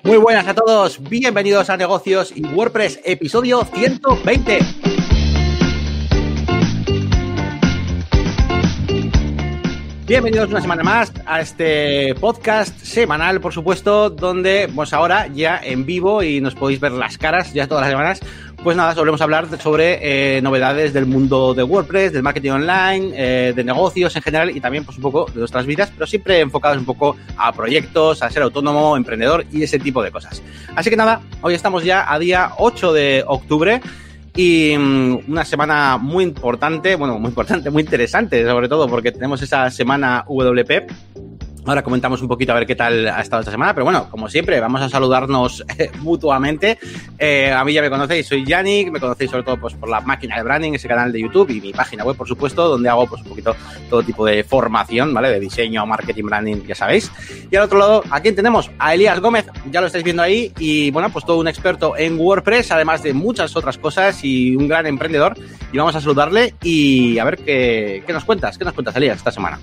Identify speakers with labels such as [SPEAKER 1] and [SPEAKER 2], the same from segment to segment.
[SPEAKER 1] Muy buenas a todos, bienvenidos a Negocios y WordPress, episodio 120. Bienvenidos una semana más a este podcast semanal, por supuesto, donde pues ahora ya en vivo y nos podéis ver las caras ya todas las semanas. Pues nada, solemos hablar sobre novedades del mundo de WordPress, del marketing online, de negocios en general y también pues un poco de nuestras vidas, pero siempre enfocados un poco a proyectos, a ser autónomo, emprendedor y ese tipo de cosas. Así que nada, hoy estamos ya a día 8 de octubre y una semana muy importante, muy interesante, sobre todo porque tenemos esa semana WP. Ahora comentamos un poquito a ver qué tal ha estado esta semana, pero bueno, como siempre, vamos a saludarnos mutuamente. A mí ya me conocéis, soy Yannick, me conocéis sobre todo pues por la máquina de branding, ese canal de YouTube y mi página web, por supuesto, donde hago pues un poquito todo tipo de formación, ¿vale? De diseño, marketing, branding, ya sabéis. Y al otro lado, ¿a quién tenemos? A Elías Gómez, ya lo estáis viendo ahí, y bueno, pues todo un experto en WordPress, además de muchas otras cosas y un gran emprendedor. Y vamos a saludarle y a ver qué nos cuentas, Elías, esta semana.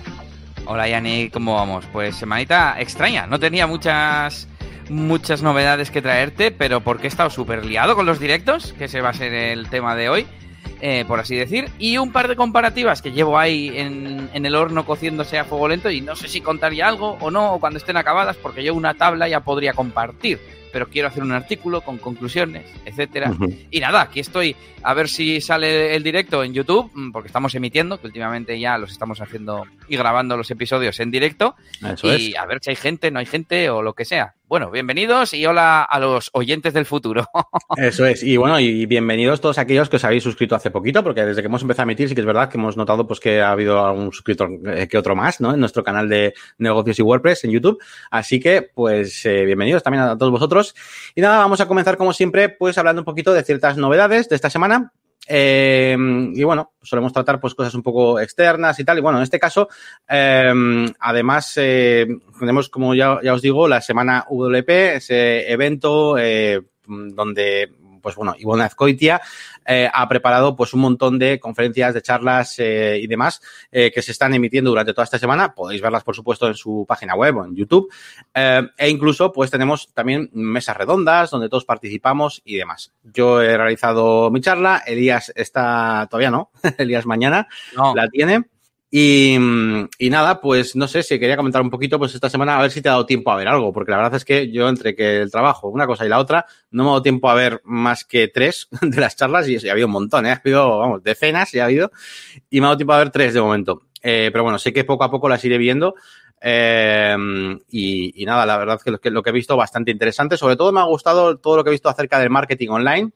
[SPEAKER 2] Hola Yannick, ¿cómo vamos? Pues semanita extraña, no tenía muchas novedades que traerte, pero porque he estado súper liado con los directos, que ese va a ser el tema de hoy, por así decir, y un par de comparativas que llevo ahí en el horno cociéndose a fuego lento y no sé si contaría algo o no, o cuando estén acabadas, porque yo una tabla ya podría compartir, pero quiero hacer un artículo con conclusiones, etcétera. Y nada, aquí estoy a ver si sale el directo en YouTube, porque estamos emitiendo, que últimamente ya los estamos haciendo y grabando los episodios en directo. Eso y es. A ver si hay gente, no hay gente o lo que sea. Bueno, bienvenidos y hola a los oyentes del futuro.
[SPEAKER 1] Eso es. Y bueno, y bienvenidos todos aquellos que os habéis suscrito hace poquito, porque desde que hemos empezado a emitir sí que es verdad que hemos notado pues que ha habido algún suscriptor que otro más, ¿no? En nuestro canal de Negocios y WordPress en YouTube. Así que, pues, bienvenidos también a todos vosotros. Y nada, vamos a comenzar como siempre, pues hablando un poquito de ciertas novedades de esta semana. Y bueno, solemos tratar pues cosas un poco externas y tal. Y bueno, en este caso, además, tenemos, como ya os digo, la semana WP, ese evento donde, pues bueno, Ivonne Azkoitia ha preparado pues un montón de conferencias, de charlas y demás que se están emitiendo durante toda esta semana. Podéis verlas, por supuesto, en su página web o en YouTube. E incluso, pues tenemos también mesas redondas donde todos participamos y demás. Yo he realizado mi charla. Elías todavía no. Elías mañana la tiene. Y nada, pues no sé si quería comentar un poquito pues esta semana a ver si te ha dado tiempo a ver algo, porque la verdad es que yo entre que el trabajo, una cosa y la otra, no me ha dado tiempo a ver más que 3 de las charlas y ha habido un montón, ha habido, vamos, decenas y ha habido, y me ha dado tiempo a ver 3 de momento. Pero bueno, sé que poco a poco las iré viendo. Y nada, la verdad es que lo que he visto bastante interesante, sobre todo me ha gustado todo lo que he visto acerca del marketing online.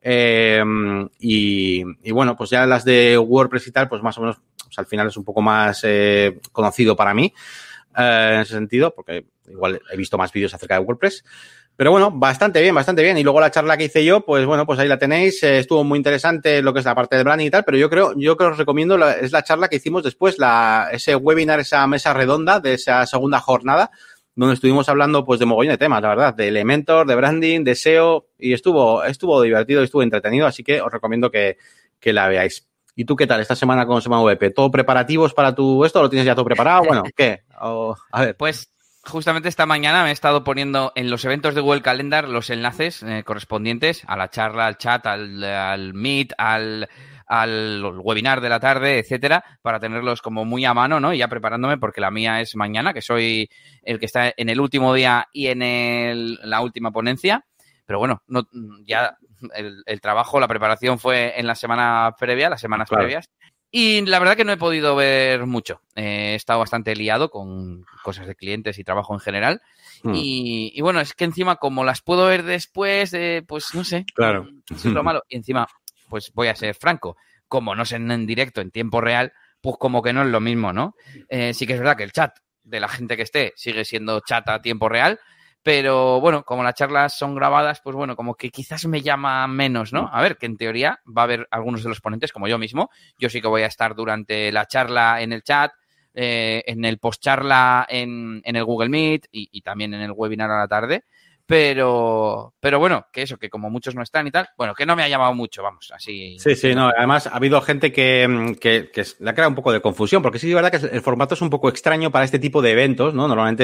[SPEAKER 1] Y bueno, pues ya las de WordPress y tal, pues más o menos pues al final es un poco más conocido para mí en ese sentido, porque igual he visto más vídeos acerca de WordPress. Pero bueno, bastante bien. Y luego la charla que hice yo, pues bueno, pues ahí la tenéis. Estuvo muy interesante lo que es la parte de branding y tal, pero yo creo que os recomiendo es la charla que hicimos después, ese webinar, esa mesa redonda de esa segunda jornada, donde estuvimos hablando pues de mogollón de temas, la verdad, de Elementor, de branding, de SEO, y estuvo divertido, estuvo entretenido, así que os recomiendo que la veáis. ¿Y tú qué tal esta semana con Semana WP? ¿Todo preparativos para esto? ¿Lo tienes ya todo preparado? Bueno, ¿qué? A ver.
[SPEAKER 2] Pues justamente esta mañana me he estado poniendo en los eventos de Google Calendar los enlaces correspondientes a la charla, al chat, al Meet, al webinar de la tarde, etcétera, para tenerlos como muy a mano, ¿no? Y ya preparándome porque la mía es mañana, que soy el que está en el último día y en la última ponencia. Pero bueno, ya el trabajo, la preparación fue en la semana previa, las semanas previas. Y la verdad que no he podido ver mucho. He estado bastante liado con cosas de clientes y trabajo en general. Y bueno, es que encima como las puedo ver después, pues no sé.
[SPEAKER 1] Claro.
[SPEAKER 2] Eso es lo malo. Y encima, pues voy a ser franco, como no sé en directo, en tiempo real, pues como que no es lo mismo, ¿no? Sí que es verdad que el chat de la gente que esté sigue siendo chat a tiempo real, pero bueno, como las charlas son grabadas, pues bueno, como que quizás me llama menos, ¿no? A ver, que en teoría va a haber algunos de los ponentes, como yo mismo. Yo sí que voy a estar durante la charla en el chat, en el post-charla en el Google Meet y también en el webinar a la tarde. Pero bueno, que eso, que como muchos no están y tal, bueno, que no me ha llamado mucho, vamos, así.
[SPEAKER 1] Sí, no, además ha habido gente que le ha creado un poco de confusión, porque sí, es verdad que el formato es un poco extraño para este tipo de eventos, ¿no? Normalmente,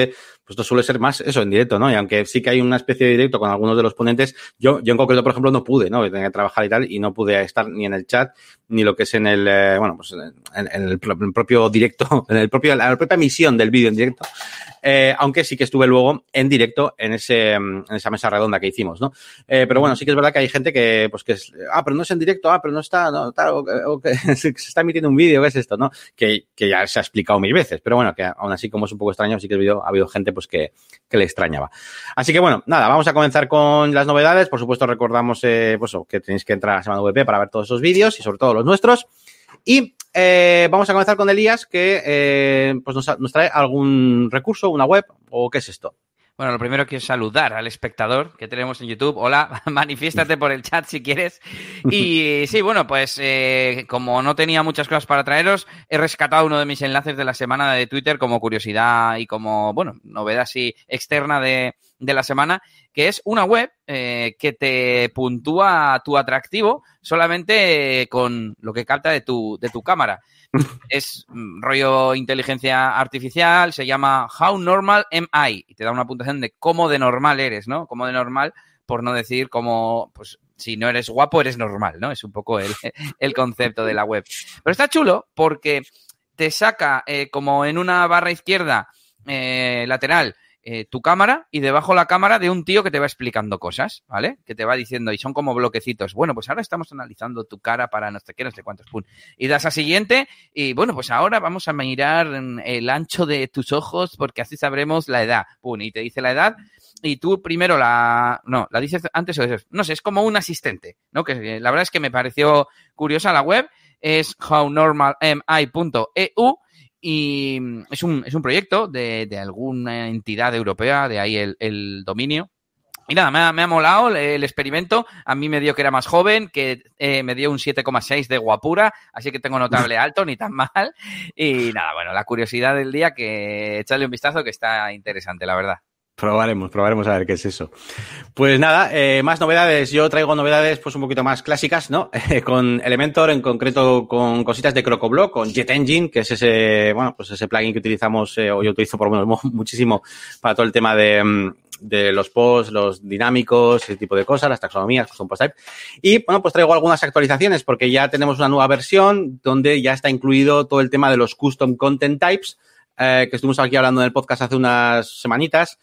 [SPEAKER 1] pues esto suele ser más eso en directo, ¿no? Y aunque sí que hay una especie de directo con algunos de los ponentes, yo en concreto, por ejemplo, no pude, ¿no? Tenía que trabajar y tal, y no pude estar ni en el chat, ni lo que es en el, pues en el propio directo, en la propia emisión del vídeo en directo. Aunque sí que estuve luego en directo en esa mesa redonda que hicimos, ¿no? Pero bueno, sí que es verdad que hay gente que, pues que es, pero no es en directo, pero no está, no, tal, o que se está emitiendo un vídeo, ¿qué es esto, no? Que ya se ha explicado mil veces, pero bueno, que aún así, como es un poco extraño, sí que ha habido gente, pues que le extrañaba. Así que bueno, nada, vamos a comenzar con las novedades. Por supuesto, recordamos, pues que tenéis que entrar a Semana VP para ver todos esos vídeos y sobre todo los nuestros. Y vamos a comenzar con Elías, que pues nos trae algún recurso, una web, o ¿qué es esto?
[SPEAKER 2] Bueno, lo primero quiero saludar al espectador que tenemos en YouTube. Hola, manifiéstate por el chat si quieres. Y sí, bueno, pues como no tenía muchas cosas para traeros, he rescatado uno de mis enlaces de la semana de Twitter como curiosidad y como, bueno, novedad así externa de la semana, que es una web que te puntúa tu atractivo solamente con lo que capta de tu cámara. Es rollo inteligencia artificial, se llama How Normal Am I? Y te da una puntuación de cómo de normal eres, ¿no? Cómo de normal, por no decir cómo, pues, si no eres guapo, eres normal, ¿no? Es un poco el concepto de la web. Pero está chulo porque te saca como en una barra izquierda lateral tu cámara y debajo la cámara de un tío que te va explicando cosas, ¿vale? Que te va diciendo, y son como bloquecitos. Bueno, pues ahora estamos analizando tu cara para no sé qué, no sé cuántos. Pum. Y das a siguiente y, bueno, pues ahora vamos a mirar el ancho de tus ojos porque así sabremos la edad. Pum, y te dice la edad y tú primero la dices antes o después. No sé, es como un asistente, ¿no? Que la verdad es que me pareció curiosa la web. Es hownormalmi.eu. Y es un proyecto de alguna entidad europea, de ahí el dominio. Y nada, me ha molado el experimento. A mí me dio que era más joven, que me dio un 7,6 de guapura, así que tengo notable alto, ni tan mal. Y nada, bueno, la curiosidad del día, que echarle un vistazo, que está interesante, la verdad.
[SPEAKER 1] Probaremos a ver qué es eso. Pues nada, más novedades. Yo traigo novedades pues un poquito más clásicas, ¿no? Con Elementor, en concreto con cositas de CrocoBlock, con Jet Engine, que es ese plugin que utilizamos, o yo utilizo por lo menos muchísimo para todo el tema de los posts, los dinámicos, ese tipo de cosas, las taxonomías, custom post type. Y bueno, pues traigo algunas actualizaciones porque ya tenemos una nueva versión donde ya está incluido todo el tema de los custom content types, que estuvimos aquí hablando en el podcast hace unas semanitas.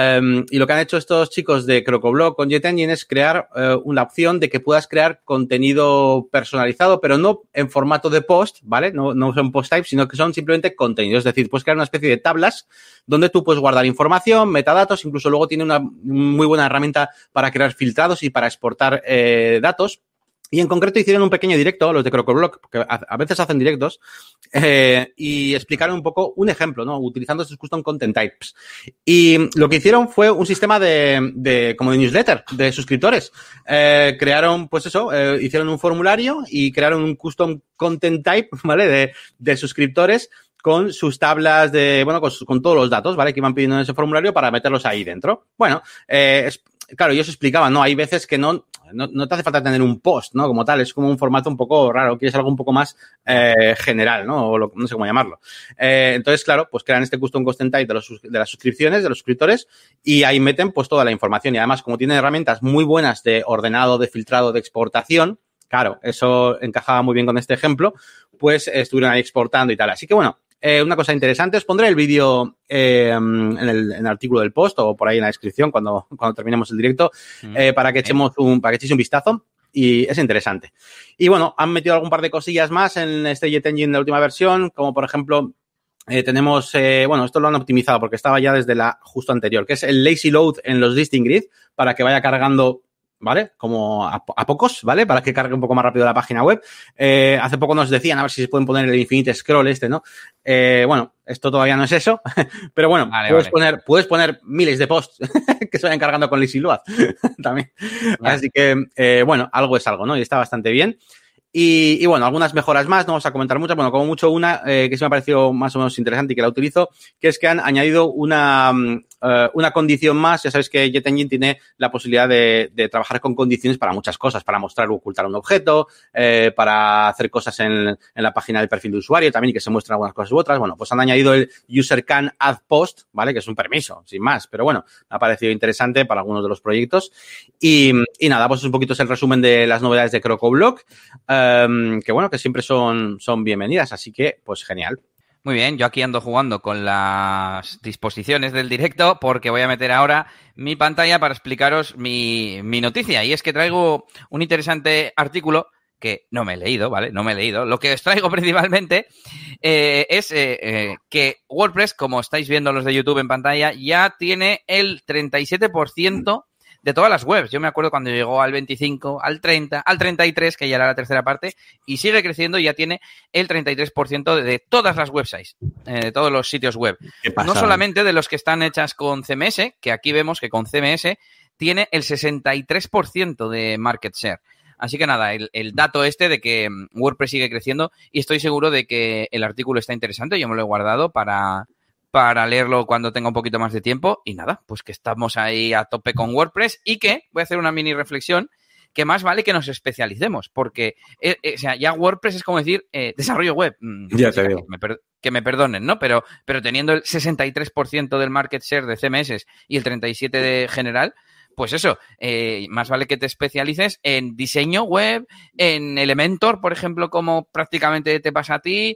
[SPEAKER 1] Y lo que han hecho estos chicos de CrocoBlock con Jet Engine es crear una opción de que puedas crear contenido personalizado, pero no en formato de post, ¿vale? No son post types, sino que son simplemente contenidos. Es decir, puedes crear una especie de tablas donde tú puedes guardar información, metadatos, incluso luego tiene una muy buena herramienta para crear filtrados y para exportar datos. Y en concreto hicieron un pequeño directo, los de CrocoBlock, porque a veces hacen directos, y explicaron un poco un ejemplo, ¿no? Utilizando estos custom content types. Y lo que hicieron fue un sistema como de newsletter, de suscriptores. Crearon, pues eso, hicieron un formulario y crearon un custom content type, ¿vale? De suscriptores con sus tablas con todos los datos, ¿vale? Que iban pidiendo en ese formulario para meterlos ahí dentro. Bueno, claro, ellos explicaban, ¿no? Hay veces que no te hace falta tener un post, ¿no? Como tal, es como un formato un poco raro, quieres algo un poco más general, ¿no? O no sé cómo llamarlo. Entonces, claro, pues crean este custom content type de las suscripciones, de los suscriptores, y ahí meten pues toda la información. Y además, como tienen herramientas muy buenas de ordenado, de filtrado, de exportación, claro, eso encajaba muy bien con este ejemplo, pues estuvieron ahí exportando y tal. Así que bueno, una cosa interesante, os pondré el vídeo en el artículo del post o por ahí en la descripción cuando terminemos el directo, para que echéis un vistazo, y es interesante. Y bueno, han metido algún par de cosillas más en este Jet Engine de la última versión, como por ejemplo tenemos, esto lo han optimizado porque estaba ya desde la justo anterior, que es el lazy load en los listing grid, para que vaya cargando, ¿vale? Como a pocos, ¿vale? Para que cargue un poco más rápido la página web. Hace poco nos decían a ver si se pueden poner el infinite scroll ¿no? Esto todavía no es eso, pero bueno, puedes poner miles de posts que se vayan cargando con lazy load también. Vale. Así que, algo es algo, ¿no? Y está bastante bien. Y bueno, algunas mejoras más, no vamos a comentar muchas, como mucho una que sí me ha parecido más o menos interesante y que la utilizo, que es que han añadido una una condición más. Ya sabéis que JetEngine tiene la posibilidad de trabajar con condiciones para muchas cosas, para mostrar o ocultar un objeto, para hacer cosas en la página del perfil de usuario también y que se muestren algunas cosas u otras. Bueno, pues han añadido el User Can Add Post, ¿vale? Que es un permiso, sin más. Pero bueno, me ha parecido interesante para algunos de los proyectos. Y nada, pues un poquito es el resumen de las novedades de CrocoBlock, que bueno, que siempre son bienvenidas. Así que, pues genial.
[SPEAKER 2] Muy bien, yo aquí ando jugando con las disposiciones del directo porque voy a meter ahora mi pantalla para explicaros mi noticia. Y es que traigo un interesante artículo que no me he leído, ¿vale? No me he leído. Lo que os traigo principalmente es que WordPress, como estáis viendo los de YouTube en pantalla, ya tiene el 37% de todas las webs. Yo me acuerdo cuando llegó al 25, al 30, al 33, que ya era la tercera parte, y sigue creciendo y ya tiene el 33% de todas las websites, de todos los sitios web. No solamente de los que están hechas con CMS, que aquí vemos que con CMS tiene el 63% de market share. Así que nada, el dato este de que WordPress sigue creciendo y estoy seguro de que el artículo está interesante. Yo me lo he guardado para leerlo cuando tenga un poquito más de tiempo. Y nada, pues que estamos ahí a tope con WordPress y que voy a hacer una mini reflexión que más vale que nos especialicemos porque o sea, ya WordPress es como decir desarrollo web.
[SPEAKER 1] Ya te veo.
[SPEAKER 2] Que me perdonen, ¿no? Pero teniendo el 63% del market share de CMS y el 37% de general, pues eso, más vale que te especialices en diseño web, en Elementor, por ejemplo, como prácticamente te pasa a ti,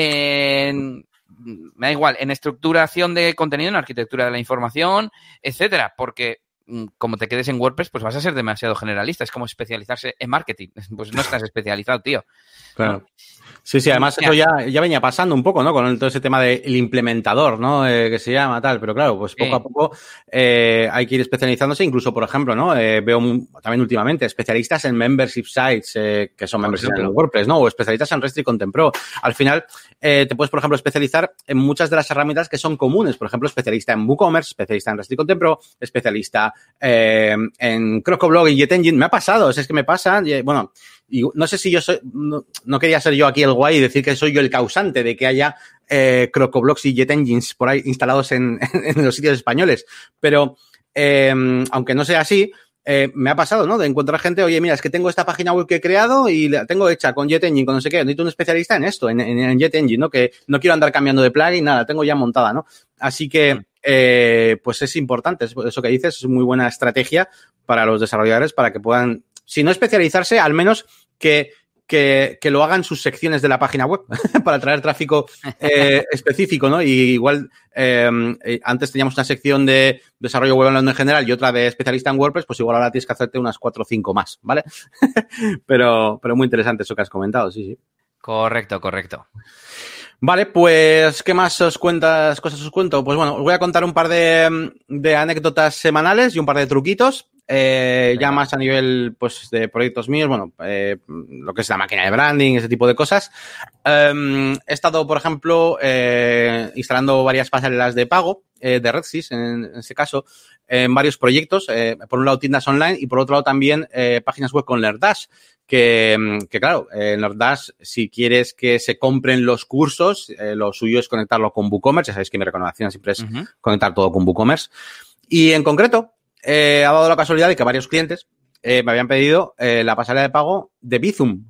[SPEAKER 2] me da igual, en estructuración de contenido, en arquitectura de la información, etcétera, porque como te quedes en WordPress, pues vas a ser demasiado generalista. Es como especializarse en marketing. Pues no estás especializado, tío.
[SPEAKER 1] Claro. Sí, además eso ya venía pasando un poco, ¿no? Con todo ese tema del implementador, ¿no? Que se llama tal, pero claro, pues poco a poco hay que ir especializándose. Incluso, por ejemplo, ¿no? Veo también últimamente especialistas en membership sites, que son memberships en WordPress, ¿no? O especialistas en REST y Content Pro. Al final, te puedes, por ejemplo, especializar en muchas de las herramientas que son comunes. Por ejemplo, especialista en WooCommerce, especialista en REST y Content Pro, especialista en CrocoBlock y JetEngine. Me ha pasado, es que me pasa, bueno, y no sé si yo soy, no quería ser yo aquí el guay y decir que soy yo el causante de que haya CrocoBlocks y JetEngines por ahí instalados en los sitios españoles, pero aunque no sea así, me ha pasado, ¿no? De encontrar gente, oye, mira, es que tengo esta página web que he creado y la tengo hecha con JetEngine, con no sé qué, necesito un especialista en esto, en JetEngine, ¿no? Que no quiero andar cambiando de plugin, nada, tengo ya montada, ¿no? Así que, pues es importante, eso que dices, es muy buena estrategia para los desarrolladores para que puedan, si no especializarse, al menos que lo hagan sus secciones de la página web para traer tráfico específico, ¿no? Y igual antes teníamos una sección de desarrollo web hablando en general y otra de especialista en WordPress, pues igual ahora tienes que hacerte unas 4 o 5 más, ¿vale? pero muy interesante eso que has comentado, sí.
[SPEAKER 2] Correcto.
[SPEAKER 1] Vale, pues, ¿qué más cosas os cuento? Pues bueno, os voy a contar un par de anécdotas semanales y un par de truquitos. Ya más a nivel, pues, de proyectos míos, bueno, lo que es la máquina de branding, ese tipo de cosas. He estado, por ejemplo, instalando varias pasarelas de pago de RedSys, en este caso, en varios proyectos. Por un lado, tiendas online y por otro lado también páginas web con LearnDash. Que claro, en LearnDash, si quieres que se compren los cursos, lo suyo es conectarlo con WooCommerce. Ya sabéis que mi recomendación siempre es conectar todo con WooCommerce. Y en concreto, ha dado la casualidad de que varios clientes me habían pedido la pasarela de pago de Bizum.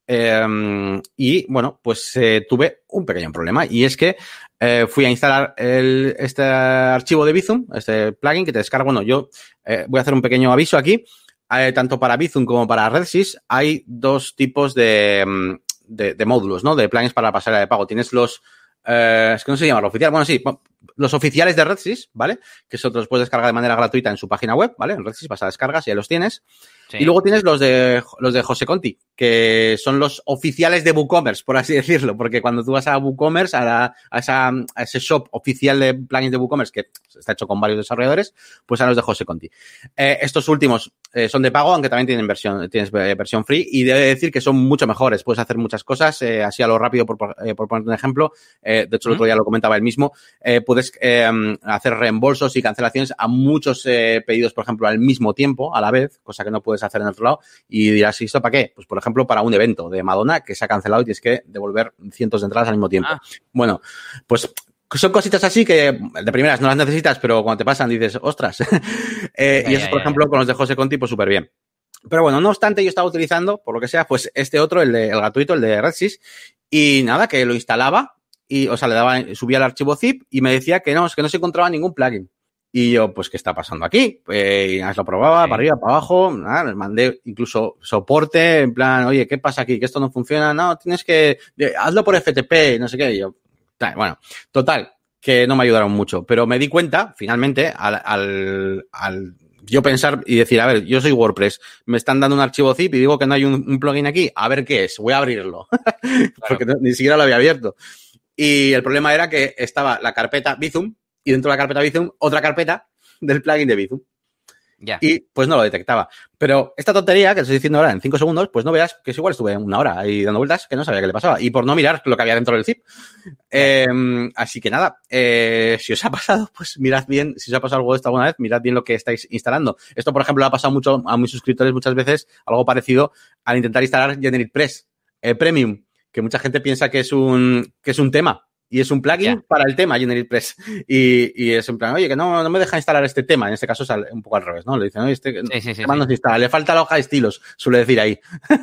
[SPEAKER 1] Y bueno, pues tuve un pequeño problema y es que fui a instalar este archivo de Bizum, este plugin que te descarga. Bueno, yo voy a hacer un pequeño aviso aquí. Tanto para Bizum como para RedSys hay dos tipos de módulos, ¿no? De plugins para la pasarela de pago. Tienes los, es que no se llama lo oficial, bueno, sí, los oficiales de RedSys, ¿vale? Que eso te los puedes descargar de manera gratuita en su página web, ¿vale? En RedSys vas a descargas y ya los tienes. Sí. Y luego tienes los de José Conti, que son los oficiales de WooCommerce, por así decirlo, porque cuando tú vas a WooCommerce, a ese shop oficial de plugins de WooCommerce, que está hecho con varios desarrolladores, pues a los de José Conti. Estos últimos son de pago, aunque también tienes versión free, y debo decir que son mucho mejores. Puedes hacer muchas cosas, así a lo rápido, por ponerte un ejemplo. De hecho, el otro día lo comentaba él mismo. Puedes hacer reembolsos y cancelaciones a muchos pedidos, por ejemplo, al mismo tiempo, a la vez, cosa que no puedes hacer en otro lado. Y dirás, ¿y esto para qué? Pues, por ejemplo, para un evento de Madonna que se ha cancelado y tienes que devolver cientos de entradas al mismo tiempo. Bueno, pues son cositas así que de primeras no las necesitas, pero cuando te pasan dices, ostras. Y eso, por ejemplo, con los de José Conti, pues súper bien. Pero bueno, no obstante, yo estaba utilizando, por lo que sea, pues este otro, el gratuito, el de Redsys, y nada, que lo instalaba y, o sea, subía el archivo zip y me decía que no, es que no se encontraba ningún plugin. Y yo, pues, ¿qué está pasando aquí? Y lo probaba, para arriba, para abajo, nada, les mandé incluso soporte, en plan, oye, ¿qué pasa aquí? Que esto no funciona, no, tienes que, hazlo por FTP, no sé qué, y yo, bueno, total, que no me ayudaron mucho, pero me di cuenta, finalmente, al yo pensar y decir, a ver, yo soy WordPress, me están dando un archivo zip y digo que no hay un plugin aquí, a ver qué es, voy a abrirlo, claro. Porque ni siquiera lo había abierto. Y el problema era que estaba la carpeta Bizum y dentro de la carpeta Bizum otra carpeta del plugin de Bizum.
[SPEAKER 2] Yeah.
[SPEAKER 1] Y pues no lo detectaba. Pero esta tontería que estoy diciendo ahora en 5 segundos, pues no veas que es igual estuve una hora ahí dando vueltas que no sabía qué le pasaba. Y por no mirar lo que había dentro del zip. Así que nada, si os ha pasado, pues mirad bien, si os ha pasado algo de esto alguna vez, mirad bien lo que estáis instalando. Esto, por ejemplo, le ha pasado mucho a mis suscriptores muchas veces, algo parecido al intentar instalar GeneratePress Premium, que mucha gente piensa que es un tema. Y es un plugin para el tema GeneratePress. Y es en plan, oye, que no me deja instalar este tema. En este caso es un poco al revés, ¿no? Le dicen, oye, este tema no se instala. Le falta la hoja de estilos, suele decir ahí.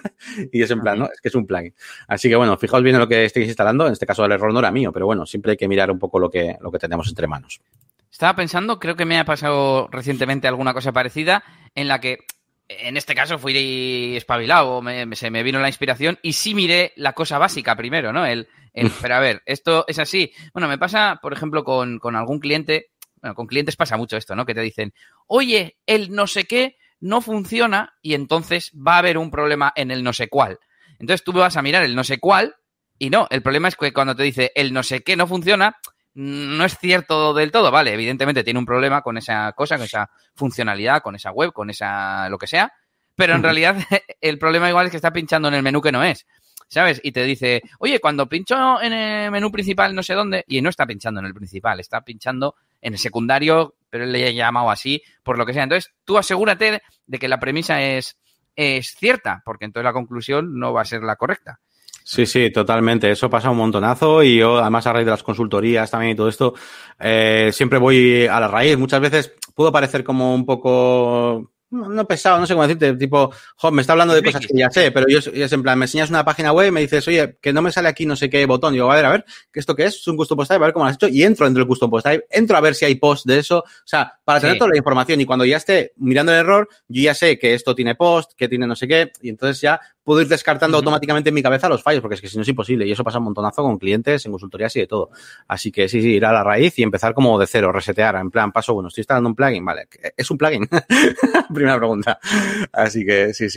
[SPEAKER 1] Y es en plan, ¿no? Es que es un plugin. Así que, bueno, fijaos bien en lo que estéis instalando. En este caso el error no era mío, pero bueno, siempre hay que mirar un poco lo que tenemos entre manos.
[SPEAKER 2] Estaba pensando, creo que me ha pasado recientemente alguna cosa parecida en la que, en este caso, fui espabilado, se me vino la inspiración y sí miré la cosa básica primero, ¿no? Pero a ver, esto es así. Bueno, me pasa, por ejemplo, con algún cliente, bueno, con clientes pasa mucho esto, ¿no? Que te dicen, oye, el no sé qué no funciona y entonces va a haber un problema en el no sé cuál. Entonces tú vas a mirar el no sé cuál y no, el problema es que cuando te dice el no sé qué no funciona, no es cierto del todo, ¿vale? Evidentemente tiene un problema con esa cosa, con esa funcionalidad, con esa web, con esa lo que sea, pero en realidad el problema igual es que está pinchando en el menú que no es. ¿Sabes? Y te dice, oye, cuando pincho en el menú principal no sé dónde, y no está pinchando en el principal, está pinchando en el secundario, pero él le ha llamado así, por lo que sea. Entonces, tú asegúrate de que la premisa es cierta, porque entonces la conclusión no va a ser la correcta.
[SPEAKER 1] Sí, totalmente. Eso pasa un montonazo y yo, además, a raíz de las consultorías también y todo esto, siempre voy a la raíz. Muchas veces puedo parecer como un poco... No pesado, no sé cómo decirte, tipo, me está hablando de cosas que ya sé, pero yo es en plan, me enseñas una página web y me dices, oye, que no me sale aquí no sé qué botón. Y digo, a ver, ¿qué esto qué es? Es un custom post type, a ver cómo lo has hecho. Y entro dentro del custom post type, entro a ver si hay post de eso. O sea, para tener toda la información. Y cuando ya esté mirando el error, yo ya sé que esto tiene post, que tiene no sé qué. Y entonces ya puedo ir descartando automáticamente en mi cabeza los fallos, porque es que si no es imposible. Y eso pasa un montonazo con clientes, en consultorías y de todo. Así que sí, ir a la raíz y empezar como de cero, resetear. En plan, paso uno, estoy instalando un plugin, vale. ¿Es un plugin? Primera pregunta. Así que sí.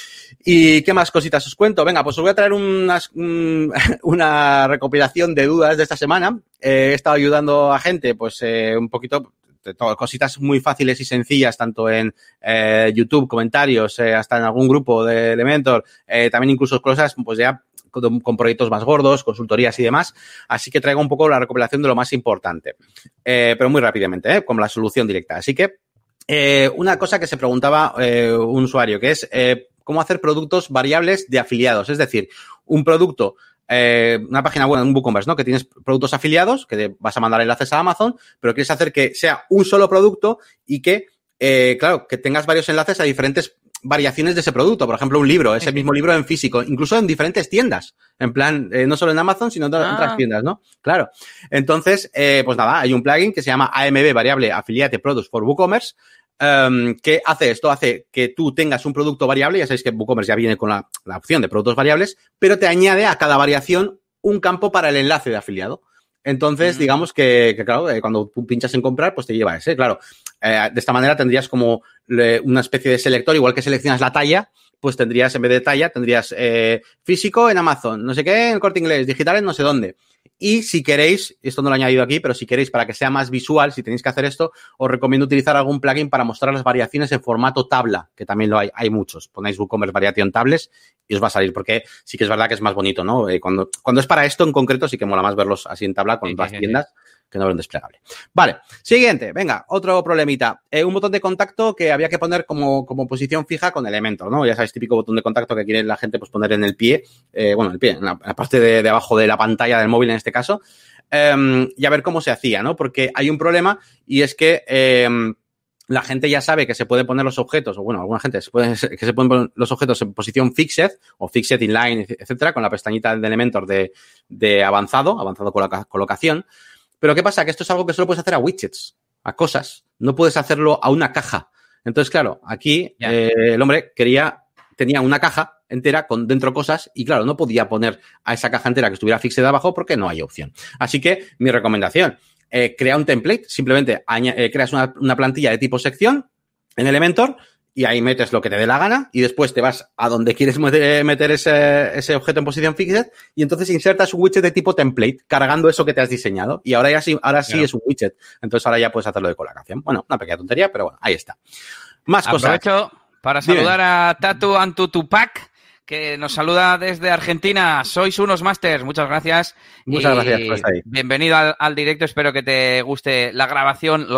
[SPEAKER 1] ¿Y qué más cositas os cuento? Venga, pues os voy a traer una recopilación de dudas de esta semana. He estado ayudando a gente, pues un poquito, cositas muy fáciles y sencillas, tanto en YouTube, comentarios, hasta en algún grupo de Elementor, también incluso cosas, pues ya con proyectos más gordos, consultorías y demás. Así que traigo un poco la recopilación de lo más importante, pero muy rápidamente, con la solución directa. Así que una cosa que se preguntaba un usuario, que es cómo hacer productos variables de afiliados. Es decir, un producto, una página web, un WooCommerce, ¿no? Que tienes productos afiliados, que vas a mandar enlaces a Amazon, pero quieres hacer que sea un solo producto y que, claro, que tengas varios enlaces a diferentes variaciones de ese producto. Por ejemplo, un libro, ese mismo libro en físico, incluso en diferentes tiendas. En plan, no solo en Amazon, sino en otras tiendas, ¿no? Claro. Entonces, pues nada, hay un plugin que se llama AMB, Variable Affiliate Products for WooCommerce, que hace esto, hace que tú tengas un producto variable. Ya sabéis que WooCommerce ya viene con la opción de productos variables, pero te añade a cada variación un campo para el enlace de afiliado. Entonces, digamos que claro, cuando tú pinchas en comprar, pues te lleva ese, claro. De esta manera tendrías como una especie de selector, igual que seleccionas la talla, pues tendrías, en vez de talla, tendrías físico en Amazon, no sé qué, en el Corte Inglés, digital en no sé dónde. Y si queréis, esto no lo he añadido aquí, pero si queréis, para que sea más visual, si tenéis que hacer esto, os recomiendo utilizar algún plugin para mostrar las variaciones en formato tabla, que también lo hay muchos. Ponéis WooCommerce Variation Tables y os va a salir, porque sí que es verdad que es más bonito, ¿no? Cuando es para esto en concreto, sí que mola más verlos así en tabla con las tiendas. Que no era un desplegable. Vale, siguiente, venga, otro problemita. Un botón de contacto que había que poner como posición fija con Elementor, ¿no? Ya sabéis, típico botón de contacto que quiere la gente pues poner en el pie, en la parte de abajo de la pantalla del móvil en este caso. y a ver cómo se hacía, ¿no? Porque hay un problema y es que la gente ya sabe que se pueden poner los objetos, o bueno, alguna gente que se pueden poner los objetos en posición fixed o fixed inline, etcétera, con la pestañita de Elementor de avanzado colocación. Pero ¿qué pasa? Que esto es algo que solo puedes hacer a widgets, a cosas. No puedes hacerlo a una caja. Entonces, claro, aquí el hombre tenía una caja entera con dentro cosas y, claro, no podía poner a esa caja entera que estuviera fixed de abajo porque no hay opción. Así que mi recomendación, crea un template, simplemente creas una plantilla de tipo sección en Elementor y ahí metes lo que te dé la gana y después te vas a donde quieres meter ese objeto en posición fixed y entonces insertas un widget de tipo template cargando eso que te has diseñado y ahora sí es un widget. Entonces ahora ya puedes hacerlo de colocación. Bueno, una pequeña tontería, pero bueno, ahí está. Más cosas.
[SPEAKER 2] Aprovecho para saludar a Tatu Antutupac, que nos saluda desde Argentina. Sois unos masters, muchas gracias.
[SPEAKER 1] Muchas gracias por estar ahí.
[SPEAKER 2] Bienvenido al directo, espero que te guste la grabación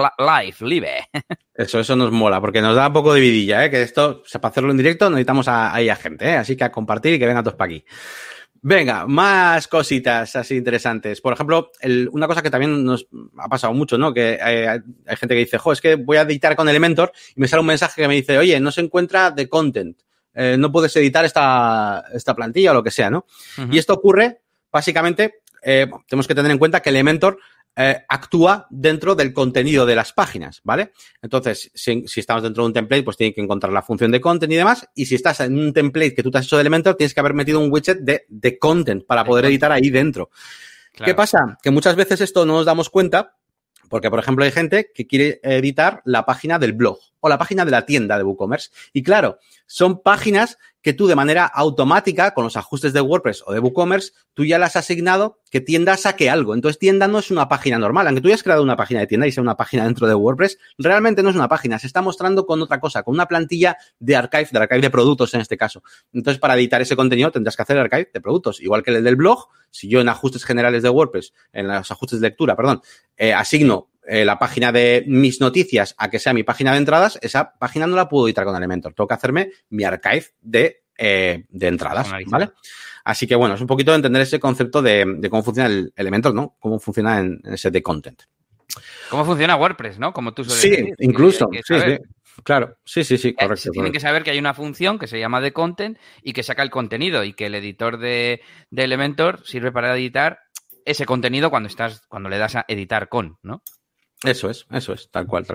[SPEAKER 2] live.
[SPEAKER 1] Eso nos mola, porque nos da un poco de vidilla, que esto, para hacerlo en directo necesitamos ahí a gente, así que a compartir y que vengan todos para aquí. Venga, más cositas así interesantes. Por ejemplo, una cosa que también nos ha pasado mucho, ¿no? Que hay gente que dice, es que voy a editar con Elementor y me sale un mensaje que me dice, oye, no se encuentra the content. No puedes editar esta plantilla o lo que sea, ¿no? Uh-huh. Y esto ocurre, básicamente, tenemos que tener en cuenta que Elementor actúa dentro del contenido de las páginas, ¿vale? Entonces, si estamos dentro de un template, pues tiene que encontrar la función de content y demás, y si estás en un template que tú te has hecho de Elementor, tienes que haber metido un widget de content para poder editar ahí dentro. Claro. ¿Qué pasa? Que muchas veces esto no nos damos cuenta porque, por ejemplo, hay gente que quiere editar la página del blog o la página de la tienda de WooCommerce. Y claro, son páginas que tú de manera automática, con los ajustes de WordPress o de WooCommerce, tú ya las has asignado que tienda saque algo. Entonces, tienda no es una página normal. Aunque tú hayas creado una página de tienda y sea una página dentro de WordPress, realmente no es una página. Se está mostrando con otra cosa, con una plantilla de archive de productos en este caso. Entonces, para editar ese contenido tendrás que hacer el archive de productos. Igual que el del blog, si yo en ajustes generales de WordPress, en los ajustes de lectura, asigno la página de mis noticias a que sea mi página de entradas, esa página no la puedo editar con Elementor. Tengo que hacerme mi archive de entradas, ¿vale? Así que, bueno, es un poquito de entender ese concepto de cómo funciona el Elementor, ¿no? Cómo funciona en ese de content.
[SPEAKER 2] ¿Cómo funciona WordPress, no? Como tú sueles
[SPEAKER 1] decir.
[SPEAKER 2] Sí,
[SPEAKER 1] incluso. Sí. Claro. Sí, correcto.
[SPEAKER 2] Tienen que saber que hay una función que se llama de content y que saca el contenido y que el editor de Elementor sirve para editar ese contenido cuando le das a editar con, ¿no?
[SPEAKER 1] Eso es, tal cual.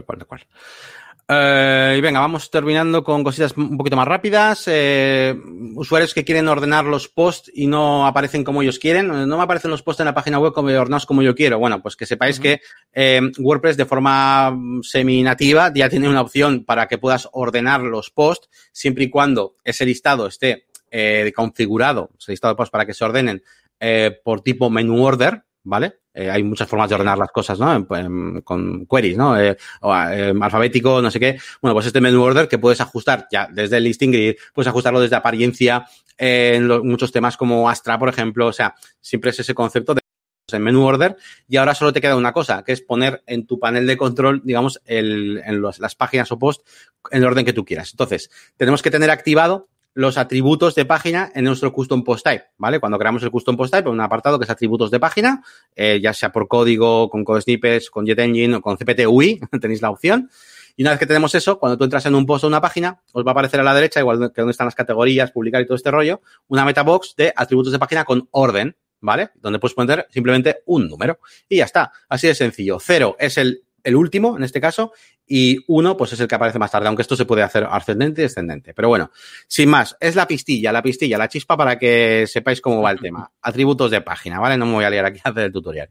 [SPEAKER 1] Y venga, vamos terminando con cositas un poquito más rápidas. Usuarios que quieren ordenar los posts y no aparecen como ellos quieren. No me aparecen los posts en la página web ordenados como yo quiero. Bueno, pues que sepáis que WordPress de forma semi-nativa ya tiene una opción para que puedas ordenar los posts siempre y cuando ese listado esté configurado, ese listado de posts para que se ordenen por tipo menu order, ¿vale? Hay muchas formas de ordenar las cosas, ¿no? Con queries, ¿no? Alfabético, no sé qué. Bueno, pues este menu order que puedes ajustar ya desde el listing grid, puedes ajustarlo desde apariencia en muchos temas como Astra, por ejemplo. O sea, siempre es ese concepto de en menu order y ahora solo te queda una cosa, que es poner en tu panel de control, digamos, las páginas o posts en el orden que tú quieras. Entonces, tenemos que tener activado los atributos de página en nuestro custom post type, ¿vale? Cuando creamos el custom post type, un apartado que es atributos de página, ya sea por código, con code snippets, con JetEngine o con CPT UI, tenéis la opción. Y una vez que tenemos eso, cuando tú entras en un post o una página, os va a aparecer a la derecha, igual que donde están las categorías, publicar y todo este rollo, una metabox de atributos de página con orden, ¿vale? Donde puedes poner simplemente un número. Y ya está. Así de sencillo. 0 es el último, en este caso, y 1, pues es el que aparece más tarde, aunque esto se puede hacer ascendente y descendente. Pero bueno, sin más, es la chispa para que sepáis cómo va el tema. Atributos de página, ¿vale? No me voy a liar aquí a hacer el tutorial.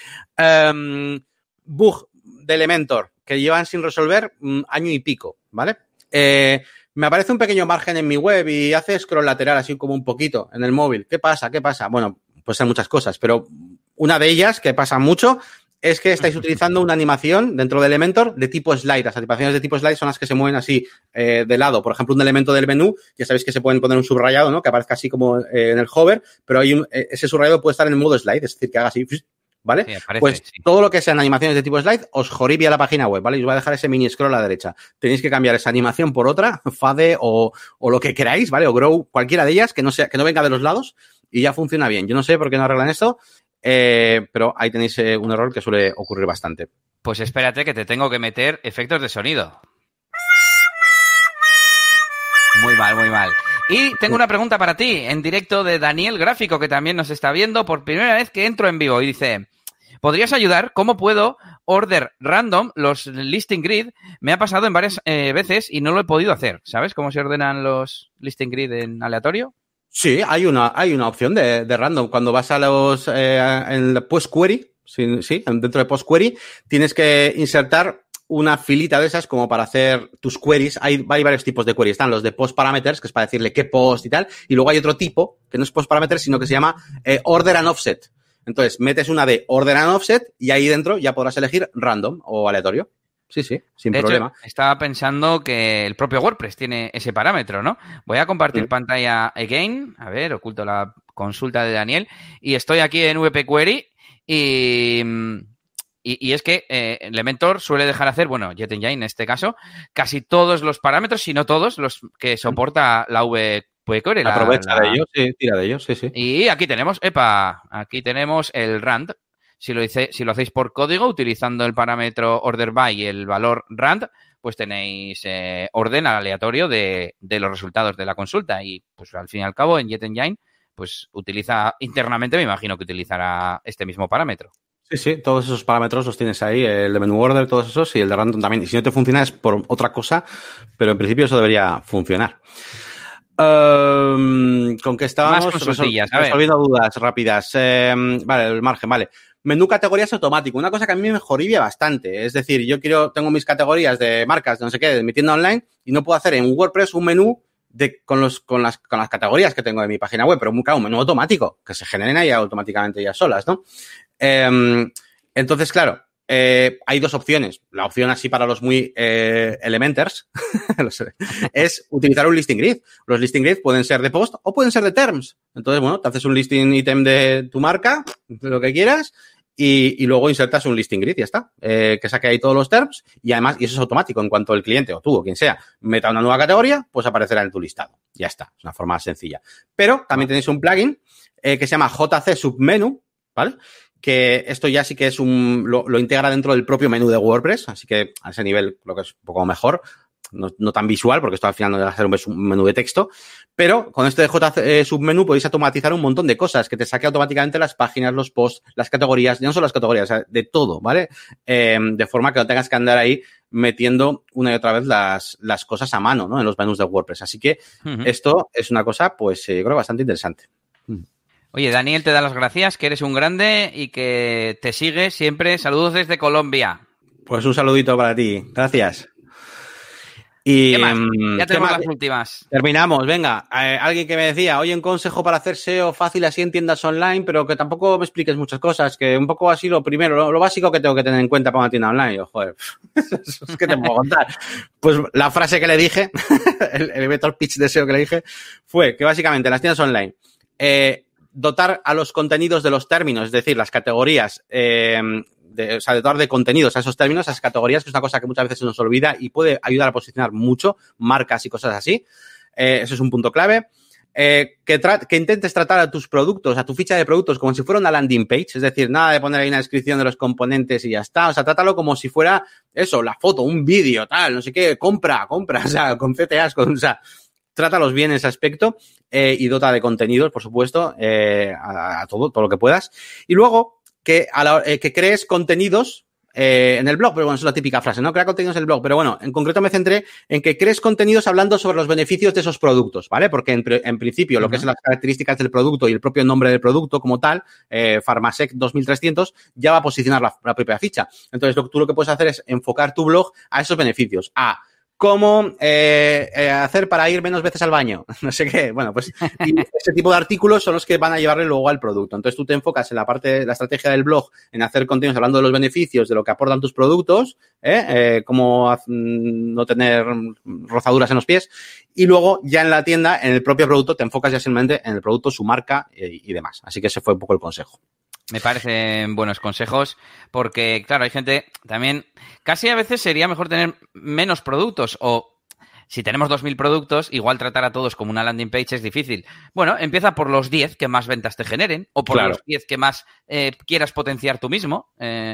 [SPEAKER 1] Bug de Elementor, que llevan sin resolver año y pico, ¿vale? Me aparece un pequeño margen en mi web y hace scroll lateral así como un poquito en el móvil. ¿Qué pasa? Bueno, pues son muchas cosas, pero una de ellas, que pasa mucho, es que estáis utilizando una animación dentro de Elementor de tipo slide. Las animaciones de tipo slide son las que se mueven así de lado. Por ejemplo, un elemento del menú, ya sabéis que se pueden poner un subrayado, ¿no? Que aparezca así como en el hover, pero hay ese subrayado puede estar en el modo slide, es decir, que haga así, ¿vale? Sí, aparece, pues sí. Todo lo que sean animaciones de tipo slide os joribia la página web, ¿vale? Y os va a dejar ese mini scroll a la derecha. Tenéis que cambiar esa animación por otra, Fade o lo que queráis, ¿vale? O Grow, cualquiera de ellas, que no venga de los lados y ya funciona bien. Yo no sé por qué no arreglan esto. pero ahí tenéis un error que suele ocurrir bastante.
[SPEAKER 2] Pues espérate que te tengo que meter efectos de sonido. Muy mal, muy mal. Y tengo una pregunta para ti, en directo de Daniel Gráfico, que también nos está viendo por primera vez que entro en vivo. Y dice, ¿podrías ayudar? ¿Cómo puedo order random los listing grid? Me ha pasado en varias veces y no lo he podido hacer. ¿Sabes cómo se ordenan los listing grid en aleatorio?
[SPEAKER 1] Sí, hay una opción de random. Cuando vas a los en la post query, sí, dentro de post query, tienes que insertar una filita de esas como para hacer tus queries. Hay varios tipos de queries. Están los de post parameters, que es para decirle qué post y tal. Y luego hay otro tipo, que no es post parameters, sino que se llama order and offset. Entonces, metes una de order and offset y ahí dentro ya podrás elegir random o aleatorio. Sí, sin problema.
[SPEAKER 2] Hecho, estaba pensando que el propio WordPress tiene ese parámetro, ¿no? Voy a compartir pantalla again. A ver, oculto la consulta de Daniel. Y estoy aquí en VP Query y es que Elementor suele dejar hacer, bueno, JetEngine en este caso, casi todos los parámetros, si no todos, los que soporta la VP Query.
[SPEAKER 1] Aprovecha de ellos, sí, tira de ellos, sí.
[SPEAKER 2] Y aquí tenemos el rand. Si lo hacéis por código, utilizando el parámetro order by y el valor rand, pues tenéis orden aleatorio de los resultados de la consulta. Y pues al fin y al cabo, en JetEngine, pues utiliza internamente, me imagino que utilizará este mismo parámetro.
[SPEAKER 1] Sí, todos esos parámetros los tienes ahí, el de menu order, todos esos, y el de random también. Y si no te funciona es por otra cosa, pero en principio eso debería funcionar. ¿Con qué estábamos?
[SPEAKER 2] Más consultillas, a ver.
[SPEAKER 1] Resolviendo dudas rápidas. Vale, el margen, vale. Menú categorías automático, una cosa que a mí me joribia bastante. Es decir, tengo mis categorías de marcas, de no sé qué, de mi tienda online, y no puedo hacer en WordPress un menú con las categorías que tengo de mi página web, pero claro, un menú automático, que se generen ahí automáticamente ya solas, ¿no? Entonces, claro, hay dos opciones. La opción así para los muy elementers es utilizar un listing grid. Los listing grid pueden ser de post o pueden ser de terms. Entonces, bueno, te haces un listing item de tu marca, de lo que quieras, y luego insertas un listing grid y ya está. Que saque ahí todos los terms y además, y eso es automático. En cuanto el cliente o tú o quien sea meta una nueva categoría, pues aparecerá en tu listado. Ya está. Es una forma sencilla. Pero también tenéis un plugin que se llama JC Submenu, ¿vale? Que esto ya sí que es lo integra dentro del propio menú de WordPress, así que a ese nivel creo que es un poco mejor, no tan visual, porque esto al final no deja de ser un menú de texto, pero con este de JC Submenú podéis automatizar un montón de cosas, que te saque automáticamente las páginas, los posts, las categorías, ya no solo las categorías, o sea, de todo, ¿vale? De forma que no tengas que andar ahí metiendo una y otra vez las cosas a mano, ¿no? En los menús de WordPress. Así que esto es una cosa, pues, yo creo bastante interesante.
[SPEAKER 2] Oye, Daniel te da las gracias, que eres un grande y que te sigue siempre. Saludos desde Colombia.
[SPEAKER 1] Pues un saludito para ti. Gracias. Y
[SPEAKER 2] ¿qué más? Ya tenemos las últimas.
[SPEAKER 1] Terminamos, venga. Alguien que me decía, oye, un consejo para hacer SEO fácil así en tiendas online, pero que tampoco me expliques muchas cosas, que un poco así lo primero, lo básico que tengo que tener en cuenta para una tienda online. Yo, joder, es que te puedo contar. Pues la frase que le dije, el elevator pitch de SEO que le dije, fue que básicamente en las tiendas online, dotar a los contenidos de los términos, es decir, las categorías, dotar de contenidos a esos términos, a esas categorías, que es una cosa que muchas veces se nos olvida y puede ayudar a posicionar mucho marcas y cosas así. Eso es un punto clave. Que intentes tratar a tus productos, a tu ficha de productos, como si fuera una landing page, es decir, nada de poner ahí una descripción de los componentes y ya está. O sea, trátalo como si fuera eso, la foto, un vídeo, tal, no sé qué, compra, o sea, con CTAs, o sea, trátalos bien en ese aspecto y dota de contenidos, por supuesto, a todo lo que puedas. Y luego, que crees contenidos en el blog, pero bueno, es la típica frase, ¿no? Crea contenidos en el blog, pero bueno, en concreto me centré en que crees contenidos hablando sobre los beneficios de esos productos, ¿vale? Porque en principio lo que son las características del producto y el propio nombre del producto como tal, Pharmasec 2300, ya va a posicionar la propia ficha. Entonces, tú lo que puedes hacer es enfocar tu blog a esos beneficios, cómo hacer para ir menos veces al baño, no sé qué. Bueno, pues y ese tipo de artículos son los que van a llevarle luego al producto. Entonces tú te enfocas en la parte de la estrategia del blog, en hacer contenidos hablando de los beneficios, de lo que aportan tus productos, cómo no tener rozaduras en los pies, y luego ya en la tienda, en el propio producto, te enfocas ya simplemente en el producto, su marca y demás. Así que ese fue un poco el consejo.
[SPEAKER 2] Me parecen buenos consejos porque, claro, hay gente también... Casi a veces sería mejor tener menos productos o si tenemos 2.000 productos, igual tratar a todos como una landing page es difícil. Bueno, empieza por los 10 que más ventas te generen o por los 10 que más quieras potenciar tú mismo.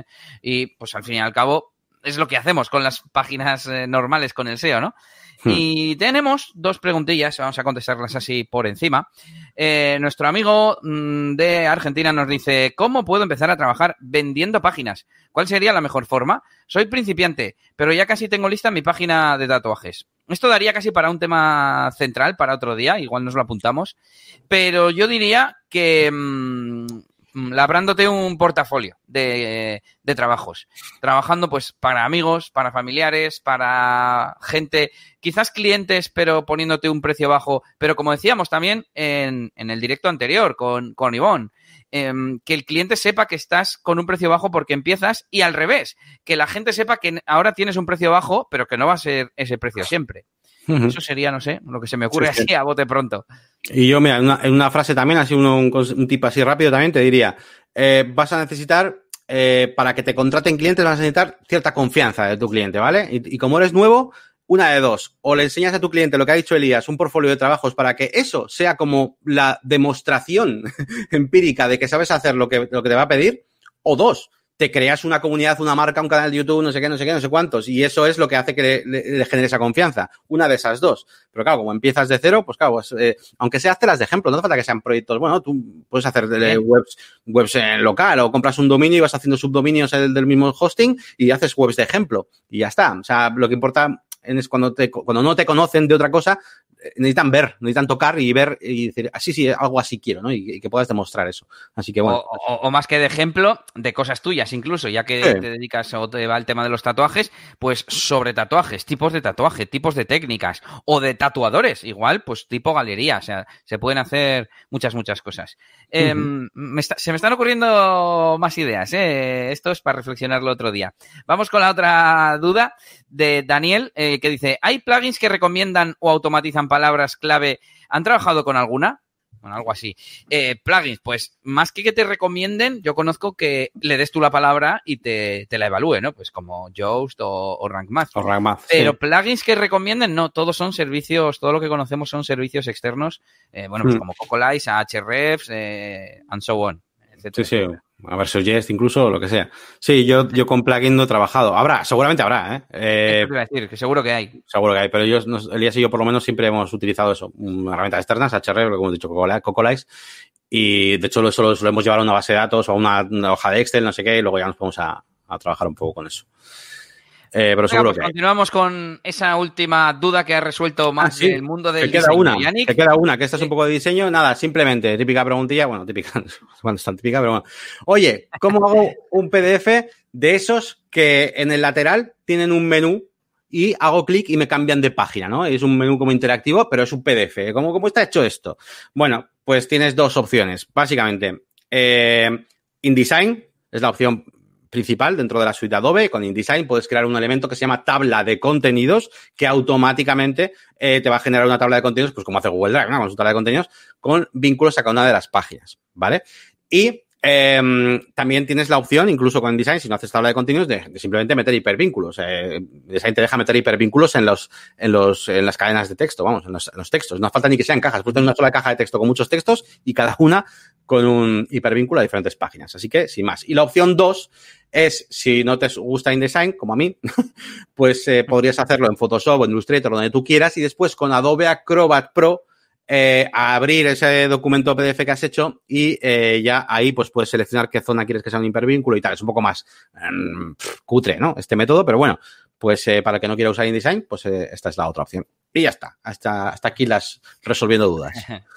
[SPEAKER 2] Y pues al fin y al cabo es lo que hacemos con las páginas normales con el SEO, ¿no? Y tenemos 2 preguntillas, vamos a contestarlas así por encima. Nuestro amigo de Argentina nos dice, ¿cómo puedo empezar a trabajar vendiendo páginas? ¿Cuál sería la mejor forma? Soy principiante, pero ya casi tengo lista mi página de tatuajes. Esto daría casi para un tema central, para otro día, igual nos lo apuntamos. Pero yo diría que labrándote un portafolio de trabajos, trabajando pues para amigos, para familiares, para gente, quizás clientes, pero poniéndote un precio bajo, pero como decíamos también en el directo anterior con Ivonne, que el cliente sepa que estás con un precio bajo porque empiezas y al revés, que la gente sepa que ahora tienes un precio bajo, pero que no va a ser ese precio siempre. Eso sería, no sé, lo que se me ocurre así a bote pronto.
[SPEAKER 1] Y yo, mira, en una frase también, así un tip así rápido también, te diría, vas a necesitar, para que te contraten clientes, vas a necesitar cierta confianza de tu cliente, ¿vale? Y como eres nuevo, una de dos, o le enseñas a tu cliente lo que ha dicho Elías, un portfolio de trabajos para que eso sea como la demostración empírica de que sabes hacer lo que te va a pedir, o dos, te creas una comunidad, una marca, un canal de YouTube, no sé qué, no sé cuántos, y eso es lo que hace que le genere esa confianza. Una de esas dos. Pero claro, como empiezas de cero, pues claro, aunque sea haztelas de ejemplo, no hace falta que sean proyectos, bueno, tú puedes hacer webs en local o compras un dominio y vas haciendo subdominios del mismo hosting y haces webs de ejemplo y ya está. O sea, lo que importa es cuando no te conocen de otra cosa, necesitan tocar y ver y decir, así sí, algo así quiero, ¿no? Y que puedas demostrar eso. Así que bueno.
[SPEAKER 2] O más que de ejemplo, de cosas tuyas incluso, ya que te dedicas o te va el tema de los tatuajes, pues sobre tatuajes, tipos de tatuaje, tipos de técnicas o de tatuadores, igual, pues tipo galería, o sea, se pueden hacer muchas cosas. Se me están ocurriendo más ideas, esto es para reflexionarlo otro día. Vamos con la otra duda de Daniel, que dice, ¿hay plugins que recomiendan o automatizan palabras clave? ¿Han trabajado con alguna? Bueno, algo así. Plugins, pues más que te recomienden, yo conozco que le des tú la palabra y te la evalúe, ¿no? Pues como Yoast o Rank Math. Pero sí. Plugins que recomienden, no, todos son servicios, todo lo que conocemos son servicios externos, pues como Cocolize, Ahrefs, and so on. Etcétera.
[SPEAKER 1] Sí. A ver, Suggest incluso, lo que sea. Sí, yo con plugin no he trabajado. Seguramente habrá,
[SPEAKER 2] Esto te iba a decir, que seguro que hay.
[SPEAKER 1] Seguro que hay, pero Elías y yo por lo menos siempre hemos utilizado eso. Herramientas externas, Ahrefs, como he dicho, Cocolize. Y de hecho eso lo solemos llevar a una base de datos o a una hoja de Excel, no sé qué, y luego ya nos ponemos a trabajar un poco con eso. Pero seguro que
[SPEAKER 2] continuamos con esa última duda que ha resuelto más del mundo del
[SPEAKER 1] diseño. Te queda una, que esta es un poco de diseño. Nada, simplemente, típica preguntilla. Bueno, típica, cuando es tan típica, pero bueno. Oye, ¿cómo hago un PDF de esos que en el lateral tienen un menú y hago clic y me cambian de página, ¿no? Es un menú como interactivo, pero es un PDF. ¿Cómo está hecho esto? Bueno, pues tienes dos opciones. Básicamente, InDesign es la opción principal dentro de la suite de Adobe. Con InDesign puedes crear un elemento que se llama tabla de contenidos que automáticamente te va a generar una tabla de contenidos, pues como hace Google Drive, ¿no? Con su tabla de contenidos, con vínculos a cada una de las páginas, ¿vale? Y también tienes la opción, incluso con InDesign, si no haces tabla de contenidos, de simplemente meter hipervínculos. InDesign te deja meter hipervínculos en las cadenas de texto, vamos, en los textos. No hace falta ni que sean cajas. Puedes tener una sola caja de texto con muchos textos y cada una con un hipervínculo a diferentes páginas. Así que, sin más. Y la opción 2 es, si no te gusta InDesign, como a mí, pues podrías hacerlo en Photoshop o en Illustrator, donde tú quieras, y después con Adobe Acrobat Pro a abrir ese documento PDF que has hecho y ya ahí pues puedes seleccionar qué zona quieres que sea un hipervínculo y tal. Es un poco más cutre, ¿no? Este método, pero bueno, pues para el que no quiera usar InDesign, pues esta es la otra opción. Y ya está. Hasta aquí las resolviendo dudas.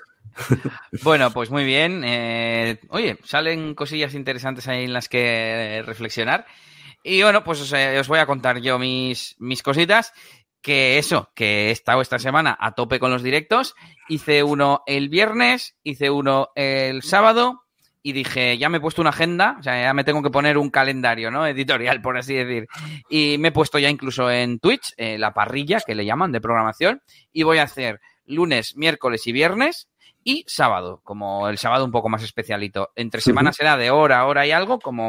[SPEAKER 2] Bueno, pues muy bien. Oye, salen cosillas interesantes ahí en las que reflexionar. Y bueno, pues os voy a contar yo mis cositas. Que he estado esta semana a tope con los directos. Hice uno el viernes, hice uno el sábado y dije, ya me he puesto una agenda, o sea, ya me tengo que poner un calendario, ¿no? Editorial, por así decir. Y me he puesto ya incluso en Twitch la parrilla, que le llaman, de programación, y voy a hacer lunes, miércoles y viernes y sábado, como el sábado un poco más especialito. Entre semanas será de hora y algo, como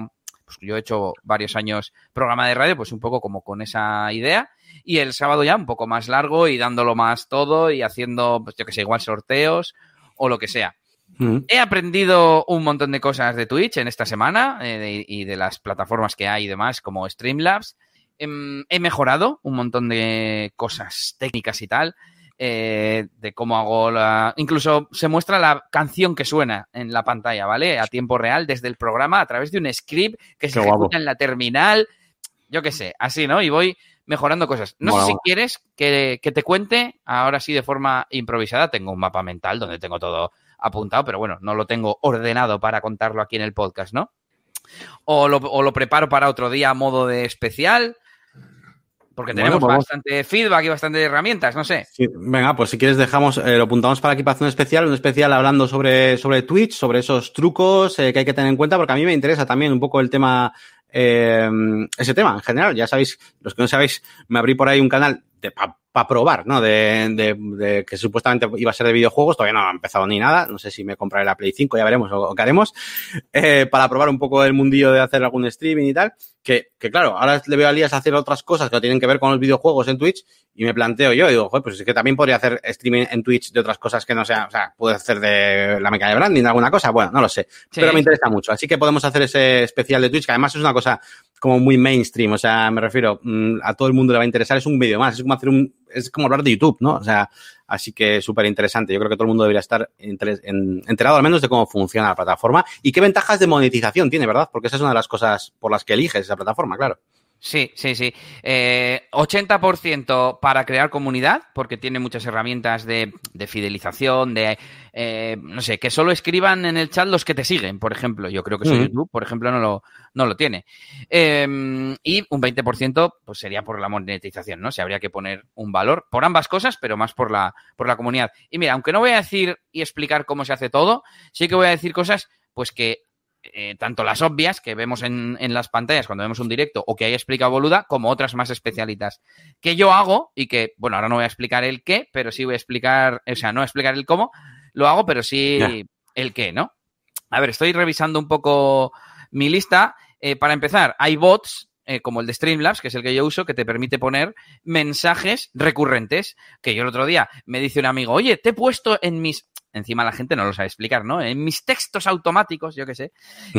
[SPEAKER 2] pues yo he hecho varios años programa de radio, pues un poco como con esa idea. Y el sábado ya un poco más largo y dándolo más todo y haciendo, pues yo que sé, igual sorteos o lo que sea. He aprendido un montón de cosas de Twitch en esta semana y de las plataformas que hay y demás, como Streamlabs. He mejorado un montón de cosas técnicas y tal, de cómo hago incluso se muestra la canción que suena en la pantalla, ¿vale? A tiempo real desde el programa a través de un script que se ejecuta en la terminal. Yo qué sé, así, ¿no? Y voy mejorando cosas. No sé si quieres que te cuente, ahora sí de forma improvisada. Tengo un mapa mental donde tengo todo apuntado, pero bueno, no lo tengo ordenado para contarlo aquí en el podcast, ¿no? O lo preparo para otro día a modo de especial, porque tenemos bastante feedback y bastante herramientas, no sé.
[SPEAKER 1] Sí, venga, pues si quieres dejamos, lo apuntamos para aquí para hacer un especial hablando sobre Twitch, sobre esos trucos que hay que tener en cuenta, porque a mí me interesa también un poco el tema, ese tema en general. Ya sabéis, los que no sabéis, me abrí por ahí un canal para probar, ¿no? De que supuestamente iba a ser de videojuegos, todavía no ha empezado ni nada, no sé si me compraré la Play 5, ya veremos o qué haremos, para probar un poco el mundillo de hacer algún streaming y tal, que claro, ahora le veo a Elías hacer otras cosas que no tienen que ver con los videojuegos en Twitch y me planteo yo, digo, joder, pues es que también podría hacer streaming en Twitch de otras cosas que no sea, o sea, puedo hacer de la mecánica de branding, alguna cosa, bueno, no lo sé, sí, pero me interesa mucho, así que podemos hacer ese especial de Twitch, que además es una cosa como muy mainstream, o sea, me refiero, a todo el mundo le va a interesar, es un vídeo más, es como hacer es como hablar de YouTube, ¿no? O sea, así que súper interesante. Yo creo que todo el mundo debería estar enterado al menos de cómo funciona la plataforma y qué ventajas de monetización tiene, ¿verdad? Porque esa es una de las cosas por las que eliges esa plataforma, claro.
[SPEAKER 2] Sí. 80% para crear comunidad, porque tiene muchas herramientas de fidelización, no sé, que solo escriban en el chat los que te siguen, por ejemplo. Yo creo que eso YouTube, por ejemplo, no lo tiene. Y un 20% pues sería por la monetización, ¿no? Se habría que poner un valor por ambas cosas, pero más por la comunidad. Y mira, aunque no voy a decir y explicar cómo se hace todo, sí que voy a decir cosas pues que tanto las obvias que vemos en las pantallas cuando vemos un directo o que haya explicado Boluda, como otras más especialitas que yo hago y que, bueno, ahora no voy a explicar el qué, pero sí voy a explicar, o sea, no voy a explicar el cómo, lo hago, pero sí el qué, ¿no? A ver, estoy revisando un poco mi lista. Para empezar, hay bots como el de Streamlabs, que es el que yo uso, que te permite poner mensajes recurrentes, que yo el otro día me dice un amigo, oye, te he puesto en mis... Encima la gente no lo sabe explicar, ¿no? En mis textos automáticos, yo qué sé,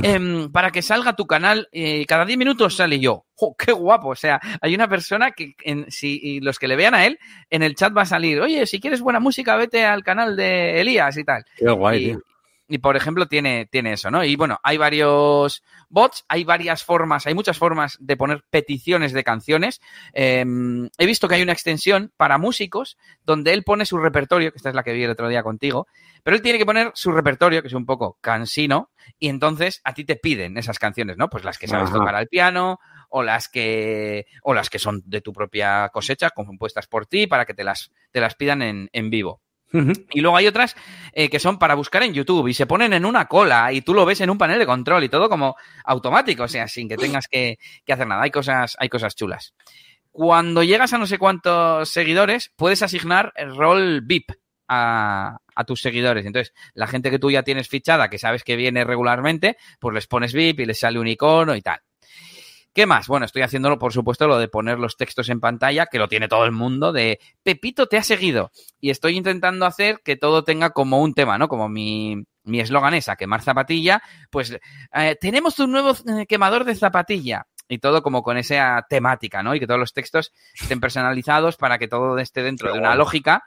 [SPEAKER 2] para que salga tu canal, cada 10 minutos sale yo. ¡Oh, qué guapo! O sea, hay una persona que, si los que le vean a él, en el chat va a salir, oye, si quieres buena música, vete al canal de Elías y tal.
[SPEAKER 1] Qué guay, tío.
[SPEAKER 2] Y, por ejemplo, tiene eso, ¿no? Y bueno, hay varios bots, hay muchas formas de poner peticiones de canciones. He visto que hay una extensión para músicos donde él pone su repertorio, que esta es la que vi el otro día contigo, pero él tiene que poner su repertorio, que es un poco cansino, y entonces a ti te piden esas canciones, ¿no? Pues las que sabes tocar al piano o las que son de tu propia cosecha, compuestas por ti, para que te las pidan en vivo. Y luego hay otras que son para buscar en YouTube y se ponen en una cola y tú lo ves en un panel de control y todo como automático, o sea, sin que tengas que hacer nada. Hay cosas chulas. Cuando llegas a no sé cuántos seguidores, puedes asignar el rol VIP a tus seguidores. Entonces, la gente que tú ya tienes fichada, que sabes que viene regularmente, pues les pones VIP y les sale un icono y tal. ¿Qué más? Bueno, estoy haciéndolo, por supuesto, lo de poner los textos en pantalla, que lo tiene todo el mundo, de Pepito te ha seguido. Y estoy intentando hacer que todo tenga como un tema, ¿no? Como mi eslogan es a quemar zapatilla, pues tenemos un nuevo quemador de zapatilla. Y todo como con esa temática, ¿no? Y que todos los textos estén personalizados para que todo esté dentro de una lógica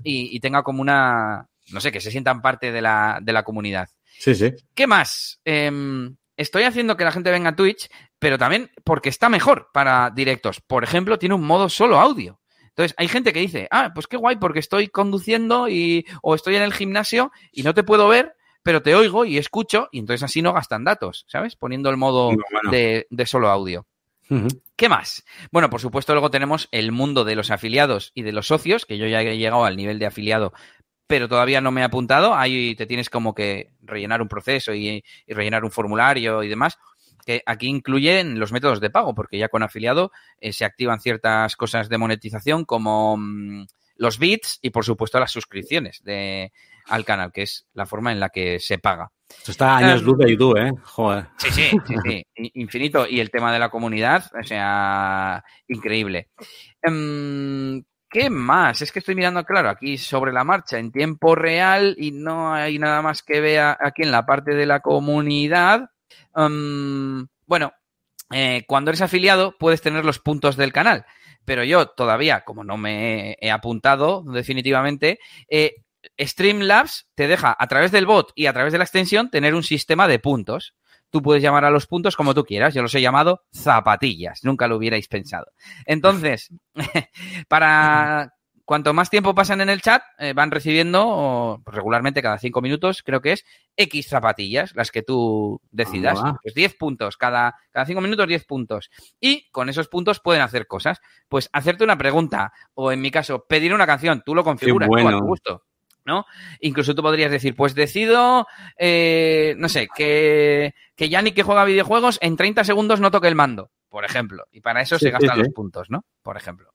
[SPEAKER 2] y tenga como una, no sé, que se sientan parte de la comunidad.
[SPEAKER 1] Sí.
[SPEAKER 2] ¿Qué más? Estoy haciendo que la gente venga a Twitch, pero también porque está mejor para directos. Por ejemplo, tiene un modo solo audio. Entonces, hay gente que dice, pues qué guay, porque estoy conduciendo o estoy en el gimnasio y no te puedo ver, pero te oigo y escucho, y entonces así no gastan datos, ¿sabes? Poniendo el modo de solo audio. ¿Qué más? Bueno, por supuesto, luego tenemos el mundo de los afiliados y de los socios, que yo ya he llegado al nivel de afiliado, pero todavía no me he apuntado. Ahí te tienes como que rellenar un proceso y rellenar un formulario y demás, que aquí incluyen los métodos de pago, porque ya con afiliado se activan ciertas cosas de monetización como los bits y, por supuesto, las suscripciones al canal, que es la forma en la que se paga.
[SPEAKER 1] Esto está a años luz de YouTube, ¿eh? Joder.
[SPEAKER 2] Sí. Infinito. Y el tema de la comunidad, o sea, increíble. ¿Qué más? Es que estoy mirando, claro, aquí sobre la marcha en tiempo real y no hay nada más que vea aquí en la parte de la comunidad. Bueno, cuando eres afiliado puedes tener los puntos del canal, pero yo todavía, como no me he apuntado definitivamente, Streamlabs te deja a través del bot y a través de la extensión tener un sistema de puntos. Tú puedes llamar a los puntos como tú quieras. Yo los he llamado zapatillas. Nunca lo hubierais pensado. Entonces, para cuanto más tiempo pasan en el chat, van recibiendo regularmente cada 5 minutos, creo que es, X zapatillas, las que tú decidas. Pues 10 puntos. Cada 5 minutos, 10 puntos. Y con esos puntos pueden hacer cosas. Pues hacerte una pregunta o, en mi caso, pedir una canción. Tú lo configuras tú a tu gusto, ¿no? Incluso tú podrías decir, pues decido, no sé, que Yannick, que juega videojuegos, en 30 segundos no toque el mando, por ejemplo. Y para eso se gastan los puntos, ¿no? Por ejemplo.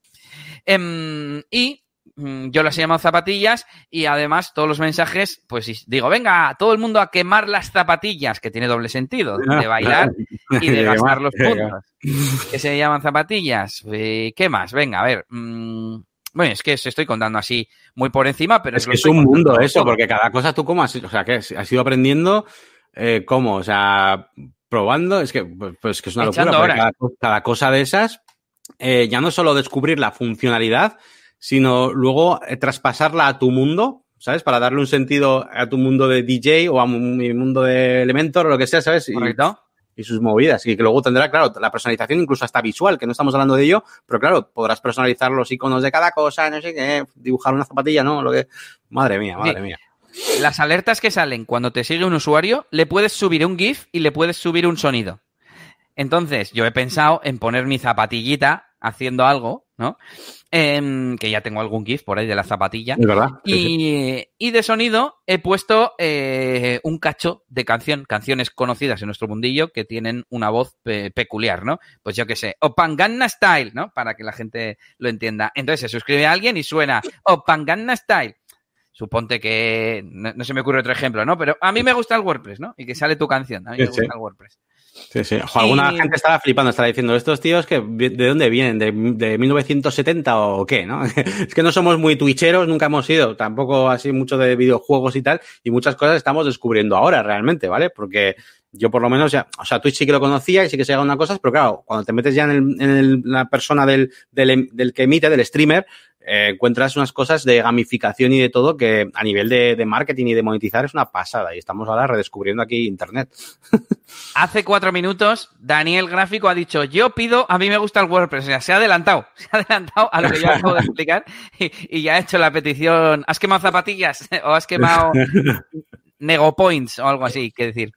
[SPEAKER 2] Yo las he llamado zapatillas y además todos los mensajes, pues digo, venga, todo el mundo a quemar las zapatillas, que tiene doble sentido, de bailar y de gastar los puntos. Que se llaman zapatillas. ¿Qué más? Venga, a ver. Bueno, es que os estoy contando así muy por encima, pero
[SPEAKER 1] es que es un mundo eso, porque cada cosa tú cómo has, o sea, que has ido aprendiendo cómo, o sea, probando, es que pues que es una locura, porque cada cosa de esas ya no solo descubrir la funcionalidad, sino luego traspasarla a tu mundo, ¿sabes? Para darle un sentido a tu mundo de DJ o a mi mundo de Elementor o lo que sea, ¿sabes?
[SPEAKER 2] Correcto.
[SPEAKER 1] Y sus movidas. Y que luego tendrá, claro, la personalización incluso hasta visual, que no estamos hablando de ello, pero claro, podrás personalizar los iconos de cada cosa, no sé qué, dibujar una zapatilla, ¿no? Lo que... Madre mía.
[SPEAKER 2] Las alertas que salen cuando te sigue un usuario, le puedes subir un GIF y le puedes subir un sonido. Entonces, yo he pensado en poner mi zapatillita haciendo algo, ¿no? Que ya tengo algún GIF por ahí de la zapatilla.
[SPEAKER 1] Es verdad.
[SPEAKER 2] Y de sonido he puesto un cacho de canciones conocidas en nuestro mundillo que tienen una voz peculiar, ¿no? Pues yo qué sé, Oppan Gangnam Style, ¿no? Para que la gente lo entienda. Entonces se suscribe a alguien y suena Oppan Gangnam Style. Suponte que no se me ocurre otro ejemplo, ¿no? Pero a mí me gusta el WordPress, ¿no? Y que sale tu canción. A mí me gusta el WordPress.
[SPEAKER 1] Sí. Ojo, alguna gente estaba flipando, estará diciendo, estos tíos, ¿de dónde vienen? ¿De 1970 o qué, no? Es que no somos muy twitcheros, nunca hemos sido, tampoco así mucho de videojuegos y tal, y muchas cosas estamos descubriendo ahora realmente, ¿vale? Porque yo por lo menos ya, o sea, Twitch sí que lo conocía y sí que se llegan a cosas, pero claro, cuando te metes ya en la persona del que emite, del streamer, encuentras unas cosas de gamificación y de todo que a nivel de marketing y de monetizar es una pasada y estamos ahora redescubriendo aquí Internet.
[SPEAKER 2] Hace 4 minutos Daniel Gráfico ha dicho, a mí me gusta el WordPress, o sea, se ha adelantado a lo que yo acabo de explicar y ya ha hecho la petición, ¿has quemado zapatillas o has quemado Nego Points o algo así, que decir?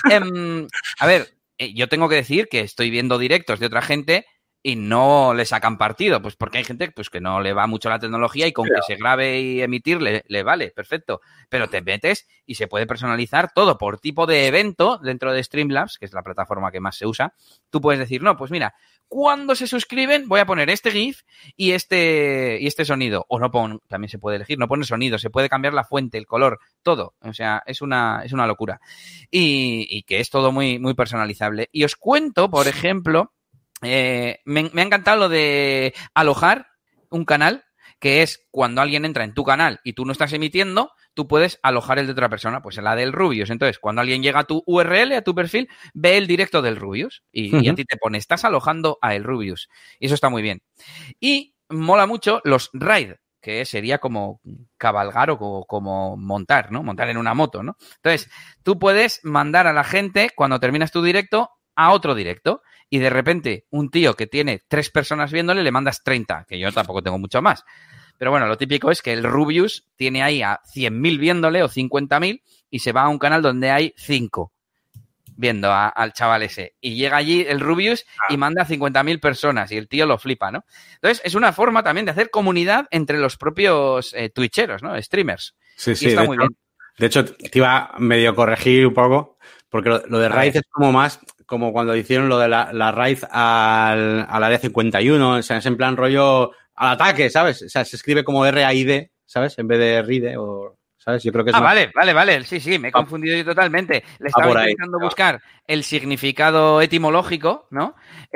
[SPEAKER 2] A ver, yo tengo que decir que estoy viendo directos de otra gente y no le sacan partido, pues porque hay gente pues que no le va mucho la tecnología y con que se grabe y emitir le vale, perfecto. Pero te metes y se puede personalizar todo por tipo de evento dentro de Streamlabs, que es la plataforma que más se usa. Tú puedes decir, no, pues mira, cuando se suscriben voy a poner este GIF y este sonido. O no también se puede elegir, no pone sonido, se puede cambiar la fuente, el color, todo. O sea, es una locura. Y que es todo muy, muy personalizable. Y os cuento, por ejemplo, me ha encantado lo de alojar un canal, que es cuando alguien entra en tu canal y tú no estás emitiendo, tú puedes alojar el de otra persona, pues la del Rubius. Entonces, cuando alguien llega a tu URL, a tu perfil, ve el directo del Rubius y a ti te pone, estás alojando a el Rubius. Y eso está muy bien. Y mola mucho los raid, que sería como cabalgar o como montar, ¿no? Montar en una moto, ¿no? Entonces, tú puedes mandar a la gente, cuando terminas tu directo, a otro directo. Y de repente, un tío que tiene 3 personas viéndole, le mandas 30, que yo tampoco tengo mucho más. Pero bueno, lo típico es que el Rubius tiene ahí a 100.000 viéndole o 50.000 y se va a un canal donde hay 5 viendo al chaval ese. Y llega allí el Rubius y manda a 50.000 personas y el tío lo flipa, ¿no? Entonces, es una forma también de hacer comunidad entre los propios twitcheros, ¿no? Streamers.
[SPEAKER 1] Sí,
[SPEAKER 2] y está muy bien.
[SPEAKER 1] De hecho, te iba a medio corregir un poco, porque lo de raid es como más... como cuando hicieron lo de la raid al área 51, o sea, es en plan rollo al ataque, ¿sabes? O sea, se escribe como RAID, ¿sabes? En vez de RIDE o... ¿sabes? Yo creo que es
[SPEAKER 2] vale. Sí, me he confundido yo totalmente. Le estaba intentando buscar el significado etimológico, ¿no?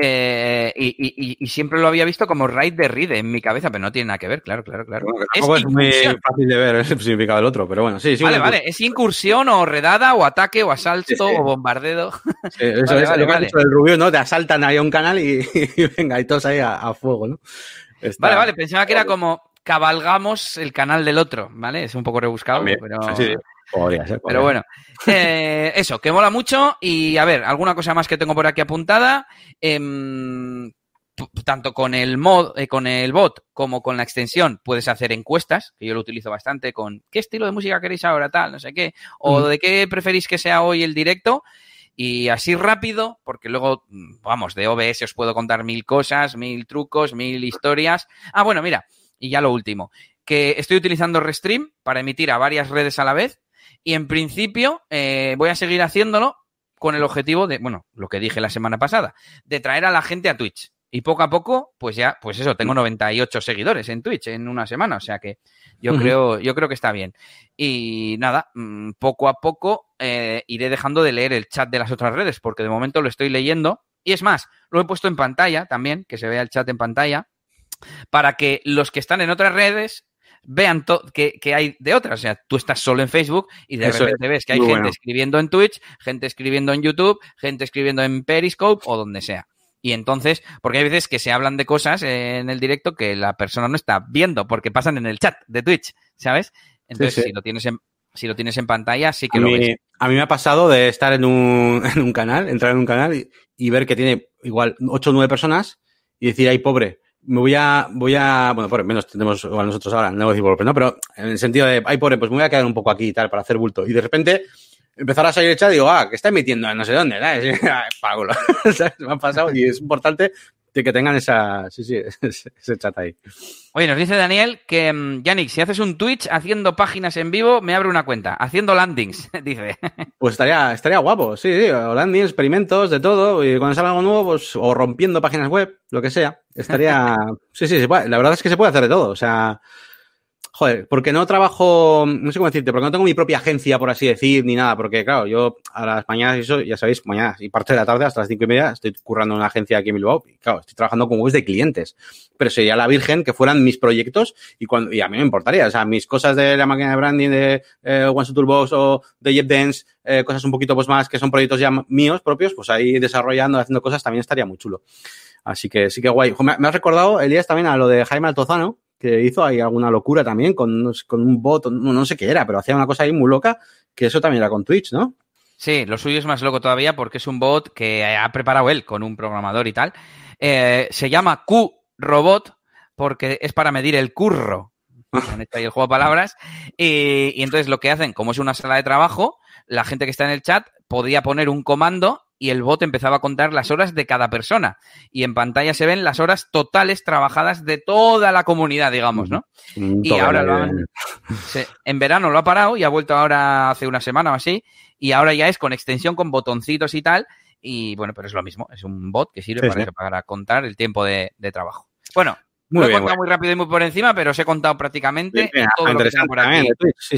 [SPEAKER 2] Y siempre lo había visto como raid de ride en mi cabeza, pero no tiene nada que ver, claro.
[SPEAKER 1] Bueno, tampoco es muy fácil de ver el significado del otro, pero bueno, sí.
[SPEAKER 2] Vale, es incursión o redada o ataque o asalto o bombardeo.
[SPEAKER 1] Sí, eso es lo que ha dicho el Rubio, ¿no? Te asaltan ahí a un canal y venga, y todos ahí a fuego, ¿no?
[SPEAKER 2] Vale, pensaba que era como cabalgamos el canal del otro, ¿vale? Es un poco rebuscado,
[SPEAKER 1] también,
[SPEAKER 2] pero...
[SPEAKER 1] Sí, podría ser.
[SPEAKER 2] Pero bueno, eso, que mola mucho. Y a ver, alguna cosa más que tengo por aquí apuntada. Tanto con el con el bot como con la extensión puedes hacer encuestas, que yo lo utilizo bastante, con ¿qué estilo de música queréis ahora? Tal, no sé qué. O de qué preferís que sea hoy el directo. Y así rápido, porque luego, vamos, de OBS os puedo contar 1000 cosas, 1000 trucos, 1000 historias. Bueno, mira, y ya lo último, que estoy utilizando Restream para emitir a varias redes a la vez y en principio voy a seguir haciéndolo con el objetivo de, bueno, lo que dije la semana pasada, de traer a la gente a Twitch. Y poco a poco, pues ya, pues eso, tengo 98 seguidores en Twitch en una semana, o sea que yo creo que está bien. Y nada, poco a poco iré dejando de leer el chat de las otras redes, porque de momento lo estoy leyendo. Y es más, lo he puesto en pantalla también, que se vea el chat en pantalla, para que los que están en otras redes vean que hay de otras. O sea, tú estás solo en Facebook y de repente ves que hay gente escribiendo en Twitch, gente escribiendo en YouTube, gente escribiendo en Periscope o donde sea. Y entonces, porque hay veces que se hablan de cosas en el directo que la persona no está viendo porque pasan en el chat de Twitch, ¿sabes? Entonces, si lo tienes en pantalla, sí que lo ves.
[SPEAKER 1] A mí me ha pasado de estar en un canal, entrar en un canal y ver que tiene igual 8 o 9 personas y decir, ay, pobre, bueno, pobre, menos tenemos igual nosotros ahora, no decir pobre, ¿no? Pero en el sentido de, ay, pobre, pues me voy a quedar un poco aquí y tal para hacer bulto. Y de repente empezar a salir el chat y digo, que está emitiendo en no sé dónde, ¿sabes? Pago. Me ha pasado y es importante de que tengan ese chat ahí.
[SPEAKER 2] Oye, nos dice Daniel que, Yannick, si haces un Twitch haciendo páginas en vivo, me abre una cuenta, haciendo landings, dice.
[SPEAKER 1] Pues estaría guapo, sí, o landings, experimentos, de todo, y cuando salga algo nuevo, pues, o rompiendo páginas web, lo que sea, estaría... sí, se puede. La verdad es que se puede hacer de todo, o sea... Joder, porque no trabajo, no sé cómo decirte, porque no tengo mi propia agencia, por así decir, ni nada, porque claro, yo a las mañanas y eso, ya sabéis, mañanas y parte de la tarde hasta las 5:30 estoy currando en una agencia aquí en Bilbao y claro, estoy trabajando con webs de clientes, pero sería la virgen que fueran mis proyectos y a mí me importaría, o sea, mis cosas de la máquina de branding de One Toolbox o de JetDance, cosas un poquito pues más que son proyectos ya míos propios, pues ahí desarrollando, haciendo cosas también estaría muy chulo. Así que sí que guay. Me has recordado, Elías, también a lo de Jaime Altozano, que hizo ahí alguna locura también con un bot, no sé qué era, pero haqía una cosa ahí muy loca, que eso también era con Twitch, ¿no?
[SPEAKER 2] Sí, lo suyo es más loco todavía porque es un bot que ha preparado él con un programador y tal. Se llama Q-Robot porque es para medir el curro. Han hecho ahí el juego de palabras. Y entonces lo que hacen, como es una sala de trabajo, la gente que está en el chat podía poner un comando y el bot empezaba a contar las horas de cada persona. Y en pantalla se ven las horas totales trabajadas de toda la comunidad, digamos, ¿no? Y ahora en verano lo ha parado y ha vuelto ahora hace una semana o así. Y ahora ya es con extensión, con botoncitos y tal. Y bueno, pero es lo mismo. Es un bot que sirve para contar el tiempo de trabajo. Bueno, lo he contado muy rápido y muy por encima, pero os he contado prácticamente todo lo que tengo por aquí.
[SPEAKER 1] Sí.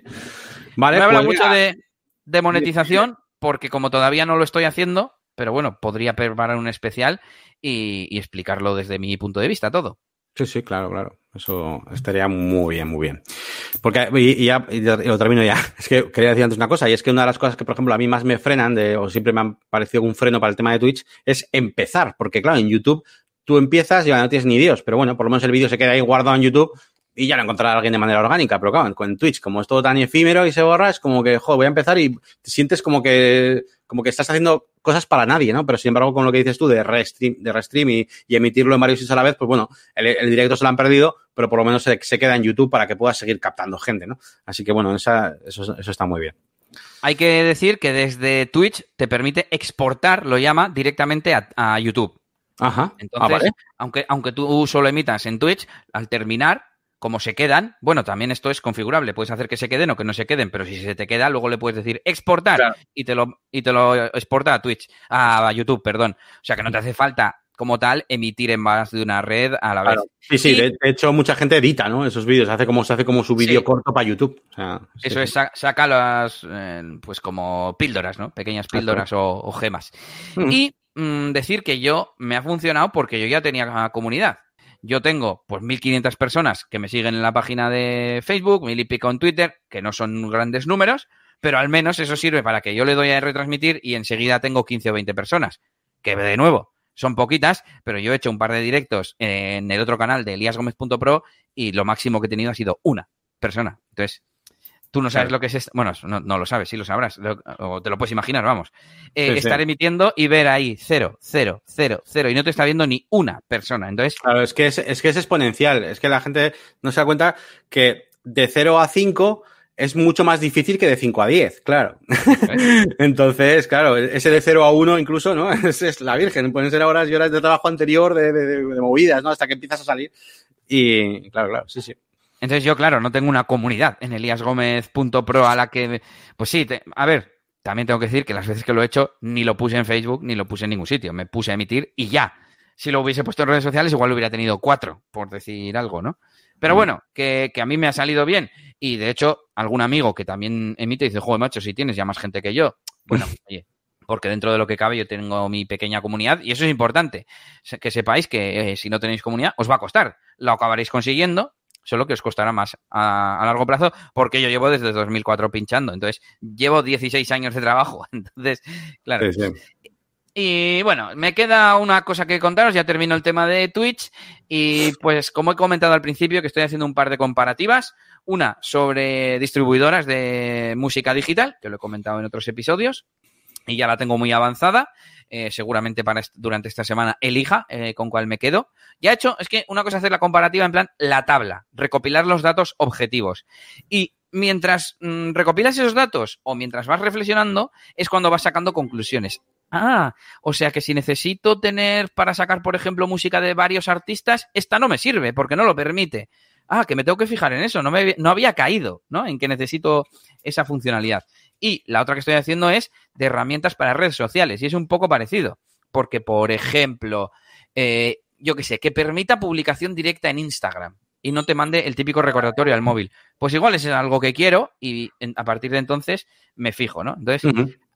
[SPEAKER 1] Vale,
[SPEAKER 2] no he hablado mucho de monetización, porque como todavía no lo estoy haciendo, pero bueno, podría preparar un especial y explicarlo desde mi punto de vista todo.
[SPEAKER 1] Sí, claro. Eso estaría muy bien. Porque, y lo termino ya. Es que quería decir antes una cosa, y es que una de las cosas que, por ejemplo, a mí más me frenan, o siempre me han parecido un freno para el tema de Twitch, es empezar. Porque, claro, en YouTube tú empiezas y no tienes ni Dios, pero bueno, por lo menos el vídeo se queda ahí guardado en YouTube y ya lo encontrará alguien de manera orgánica. Pero claro, con Twitch, como es todo tan efímero y se borra, es como que, voy a empezar y te sientes como que estás haciendo cosas para nadie, ¿no? Pero sin embargo, con lo que dices tú de restream y emitirlo en varios sitios a la vez, pues bueno, el directo se lo han perdido, pero por lo menos se queda en YouTube para que puedas seguir captando gente, ¿no? Así que bueno, eso está muy bien.
[SPEAKER 2] Hay que decir que desde Twitch te permite exportar, lo llama, directamente a YouTube.
[SPEAKER 1] Ajá.
[SPEAKER 2] Entonces, aunque tú solo emitas en Twitch, al terminar, como se quedan, bueno, también esto es configurable, puedes hacer que se queden o que no se queden, pero si se te queda, luego le puedes decir exportar, claro, y te lo exporta a Twitch, a YouTube, perdón. O sea que no te hace falta como tal, emitir en más de una red a la vez.
[SPEAKER 1] Sí, de hecho, mucha gente edita, ¿no? Esos vídeos, se hace como su vídeo corto para YouTube. O sea,
[SPEAKER 2] eso es, saca las, pues como píldoras, ¿no? Pequeñas píldoras o gemas. Y decir que me ha funcionado porque yo ya tenía comunidad. Yo tengo, pues, 1.500 personas que me siguen en la página de Facebook, 1.000 y pico en Twitter, que no son grandes números, pero al menos eso sirve para que yo le doy a retransmitir y enseguida tengo 15 o 20 personas. Que, de nuevo, son poquitas, pero yo he hecho un par de directos en el otro canal de eliasgomez.pro y lo máximo que he tenido ha sido una persona. Entonces, tú no sabes lo que es esto. Bueno, no lo sabes, sí lo sabrás. O te lo puedes imaginar, vamos. Estar emitiendo y ver ahí 0, 0, 0, 0 y no te está viendo ni una persona. Entonces,
[SPEAKER 1] claro, es que es exponencial. Es que la gente no se da cuenta que de 0 a 5 es mucho más difícil que de 5 a 10, claro. Entonces, claro, ese de 0 a 1 incluso, ¿no? Es la virgen. Pueden ser horas y horas de trabajo anterior de movidas, ¿no? Hasta que empiezas a salir. Y claro, sí.
[SPEAKER 2] Entonces yo, claro, no tengo una comunidad en eliasgomez.pro a la que... Pues sí, a ver, también tengo que decir que las veces que lo he hecho ni lo puse en Facebook ni lo puse en ningún sitio. Me puse a emitir y ya. Si lo hubiese puesto en redes sociales igual hubiera tenido 4, por decir algo, ¿no? Pero bueno, que a mí me ha salido bien. Y de hecho, algún amigo que también emite dice, joder, macho, si tienes ya más gente que yo. Bueno, oye, porque dentro de lo que cabe yo tengo mi pequeña comunidad y eso es importante. Que sepáis que si no tenéis comunidad os va a costar. Lo acabaréis consiguiendo, solo que os costará más a largo plazo, porque yo llevo desde 2004 pinchando. Entonces, llevo 16 años de trabajo. Entonces, claro. Sí. Y bueno, me queda una cosa que contaros, ya termino el tema de Twitch y pues como he comentado al principio que estoy haciendo un par de comparativas, una sobre distribuidoras de música digital, que lo he comentado en otros episodios y ya la tengo muy avanzada, seguramente durante esta semana elija con cuál me quedo. Ya he hecho, es que una cosa es hacer la comparativa en plan la tabla, recopilar los datos objetivos y mientras recopilas esos datos o mientras vas reflexionando es cuando vas sacando conclusiones. O sea que si necesito tener para sacar, por ejemplo, música de varios artistas, esta no me sirve porque no lo permite. Que me tengo que fijar en eso, no había caído, ¿no? En que necesito esa funcionalidad. Y la otra que estoy haciendo es de herramientas para redes sociales y es un poco parecido. Porque, por ejemplo, yo qué sé, que permita publicación directa en Instagram y no te mande el típico recordatorio al móvil. Pues igual es algo que quiero y a partir de entonces me fijo, ¿no? Entonces,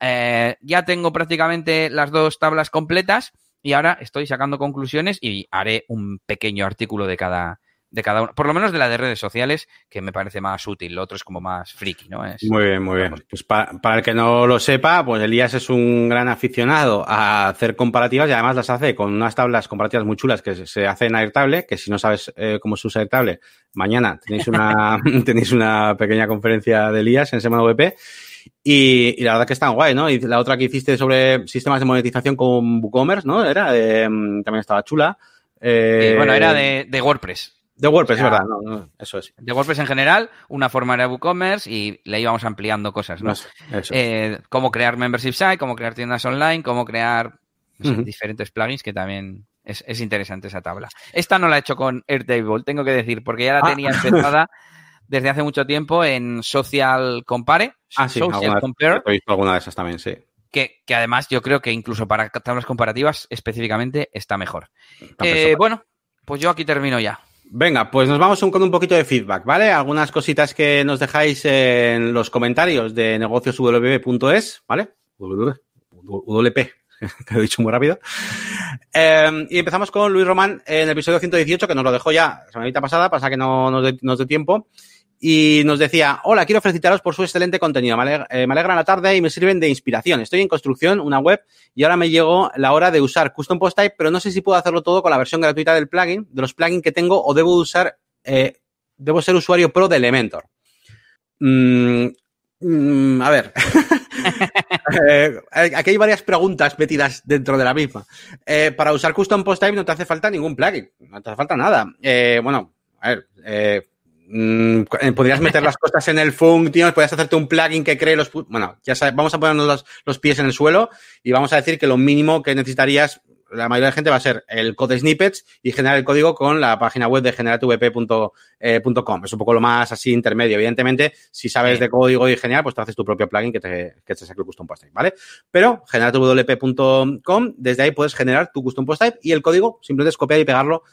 [SPEAKER 2] ya tengo prácticamente las dos tablas completas y ahora estoy sacando conclusiones y haré un pequeño artículo de cada uno, por lo menos de la de redes sociales, que me parece más útil. Lo otro es como más friki, ¿no?
[SPEAKER 1] Muy bien. Pues para el que no lo sepa, pues Elías es un gran aficionado a hacer comparativas y además las hace con unas tablas comparativas muy chulas que se hacen en Airtable, que si no sabes cómo se usa Airtable, mañana tenéis una pequeña conferencia de Elías en Semana VP. Y la verdad que están guay, ¿no? Y la otra que hiciste sobre sistemas de monetización con WooCommerce, ¿no? También estaba chula.
[SPEAKER 2] Bueno, era de WordPress.
[SPEAKER 1] De WordPress, es verdad, no, eso es.
[SPEAKER 2] De WordPress en general, una forma era WooCommerce y le íbamos ampliando cosas, ¿no? Eso. Cómo crear membership site, cómo crear tiendas online, cómo crear diferentes plugins, que también es interesante esa tabla. Esta no la he hecho con Airtable, tengo que decir, porque ya la tenía empezada desde hace mucho tiempo en Social Compare.
[SPEAKER 1] Sí, Compare. He visto alguna de esas también, sí.
[SPEAKER 2] Que además yo creo que incluso para tablas comparativas específicamente está mejor. Bueno, pues yo aquí termino ya.
[SPEAKER 1] Venga, pues nos vamos con un poquito de feedback, ¿vale? Algunas cositas que nos dejáis en los comentarios de negocioswp.es, ¿vale? WP, que lo he dicho muy rápido. Y empezamos con Luis Román en el episodio 118, que nos lo dejó ya la semanita pasada, pasa que no nos dé tiempo. Y nos decía, hola, quiero felicitaros por su excelente contenido. Me alegra la tarde y me sirven de inspiración. Estoy en construcción, una web, y ahora me llegó la hora de usar Custom Post Type, pero no sé si puedo hacerlo todo con la versión gratuita del plugin, de los plugins que tengo, o debo ser usuario pro de Elementor. A ver. Aquí hay varias preguntas metidas dentro de la misma. Para usar Custom Post Type no te hace falta ningún plugin. No te hace falta nada. Podrías meter las cosas en el function, podrías hacerte un plugin que cree los... Bueno, ya sabes, vamos a ponernos los pies en el suelo y vamos a decir que lo mínimo que necesitarías, la mayoría de gente va a ser el code snippets y generar el código con la página web de generatvp.com. Es un poco lo más así intermedio. Evidentemente, si sabes de código y genial, pues te haces tu propio plugin que te saque el custom post type, ¿vale? Pero generatvp.com, desde ahí puedes generar tu custom post type y el código simplemente es copiar y pegarlo.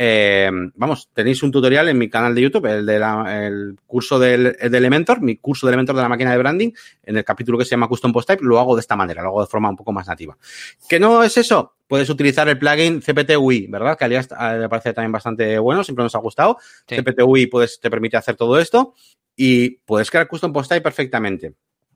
[SPEAKER 1] Tenéis un tutorial en mi canal de YouTube, el curso de Elementor, mi curso de Elementor de la máquina de branding, en el capítulo que se llama Custom Post Type, lo hago de esta manera, lo hago de forma un poco más nativa. ¿Que no es eso? Puedes utilizar el plugin CPT UI, ¿verdad? Que a Alias me parece también bastante bueno, siempre nos ha gustado. Sí. CPT UI te permite hacer todo esto y puedes crear Custom Post Type perfectamente.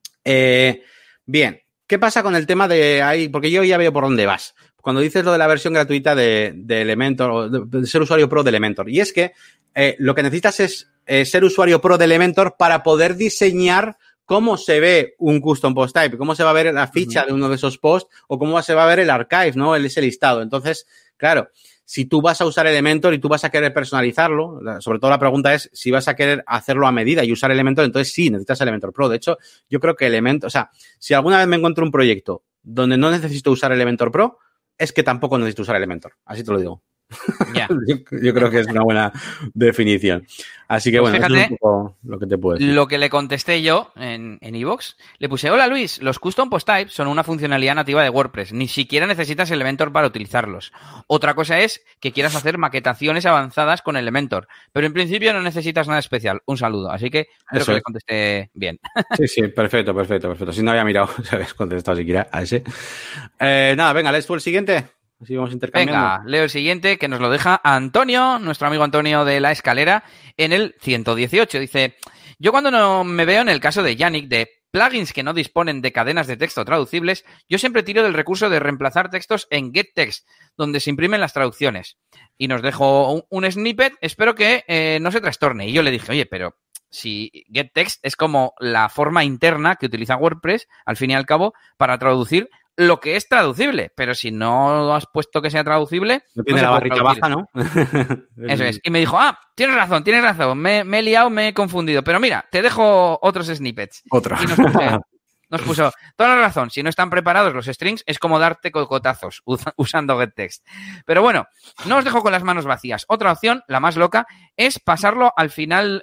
[SPEAKER 1] Bien, ¿qué pasa con el tema de ahí? Porque yo ya veo por dónde vas. Cuando dices lo de la versión gratuita de Elementor, o de ser usuario pro de Elementor. Y es que lo que necesitas es ser usuario pro de Elementor para poder diseñar cómo se ve un custom post type, cómo se va a ver la ficha de uno de esos posts o cómo se va a ver el archive, ¿no? Ese listado. Entonces, claro, si tú vas a usar Elementor y tú vas a querer personalizarlo, sobre todo la pregunta es si vas a querer hacerlo a medida y usar Elementor, entonces sí, necesitas Elementor Pro. De hecho, yo creo que Elementor, o sea, si alguna vez me encuentro un proyecto donde no necesito usar Elementor Pro, es que tampoco necesito usar Elementor. Así te lo digo.
[SPEAKER 2] Yeah.
[SPEAKER 1] Yo creo que es una buena definición. Así que, pues bueno,
[SPEAKER 2] fíjate,
[SPEAKER 1] eso es un poco lo que te puedo decir.
[SPEAKER 2] Lo que le contesté yo en iVoox, le puse: hola Luis, los custom post types son una funcionalidad nativa de WordPress. Ni siquiera necesitas Elementor para utilizarlos. Otra cosa es que quieras hacer maquetaciones avanzadas con Elementor. Pero en principio no necesitas nada especial. Un saludo. Así que creo que le contesté bien.
[SPEAKER 1] Sí, perfecto. Si no había mirado, se habías contestado siquiera a ese. Nada, venga, ¿lees tú el siguiente? Así vamos intercambiando.
[SPEAKER 2] Venga, leo el siguiente que nos lo deja Antonio, nuestro amigo Antonio de La Escalera, en el 118. Dice: yo cuando no me veo en el caso de Yannick de plugins que no disponen de cadenas de texto traducibles, yo siempre tiro del recurso de reemplazar textos en getText, donde se imprimen las traducciones. Y nos dejó un snippet, espero que no se trastorne. Y yo le dije: oye, pero si getText es como la forma interna que utiliza WordPress, al fin y al cabo, para traducir lo que es traducible, pero si no has puesto que sea traducible...
[SPEAKER 1] No tiene la barrita baja, ¿no?
[SPEAKER 2] Eso es. Y me dijo: tienes razón, me he liado, me he confundido, pero mira, te dejo otros snippets.
[SPEAKER 1] Otro.
[SPEAKER 2] Y nos puso: toda la razón, si no están preparados los strings, es como darte cocotazos usando getText. Pero bueno, no os dejo con las manos vacías. Otra opción, la más loca, es pasarlo el final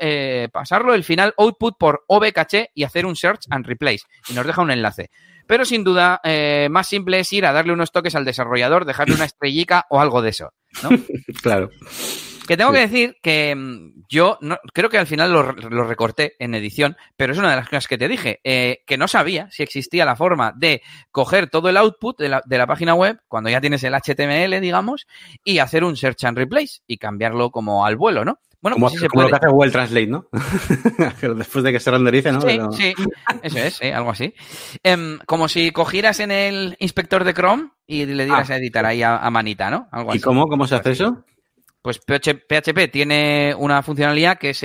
[SPEAKER 2] output por OB-caché y hacer un search and replace. Y nos deja un enlace. Pero sin duda, más simple es ir a darle unos toques al desarrollador, dejarle una estrellica o algo de eso, ¿no?
[SPEAKER 1] Claro.
[SPEAKER 2] Que tengo que decir que yo creo que al final lo recorté en edición, pero es una de las cosas que te dije, que no sabía si existía la forma de coger todo el output de la página web, cuando ya tienes el HTML, digamos, y hacer un search and replace y cambiarlo como al vuelo, ¿no? Bueno,
[SPEAKER 1] como,
[SPEAKER 2] pues sí se
[SPEAKER 1] como
[SPEAKER 2] puede.
[SPEAKER 1] lo que hace Google Translate, ¿no? Después de que se renderice, ¿no?
[SPEAKER 2] Sí,
[SPEAKER 1] Pero...
[SPEAKER 2] sí, eso es, algo así. Como si cogieras en el inspector de Chrome y le dieras a editar ahí a manita, ¿no? Algo así.
[SPEAKER 1] ¿Y cómo se hace eso?
[SPEAKER 2] Pues PHP tiene una funcionalidad que es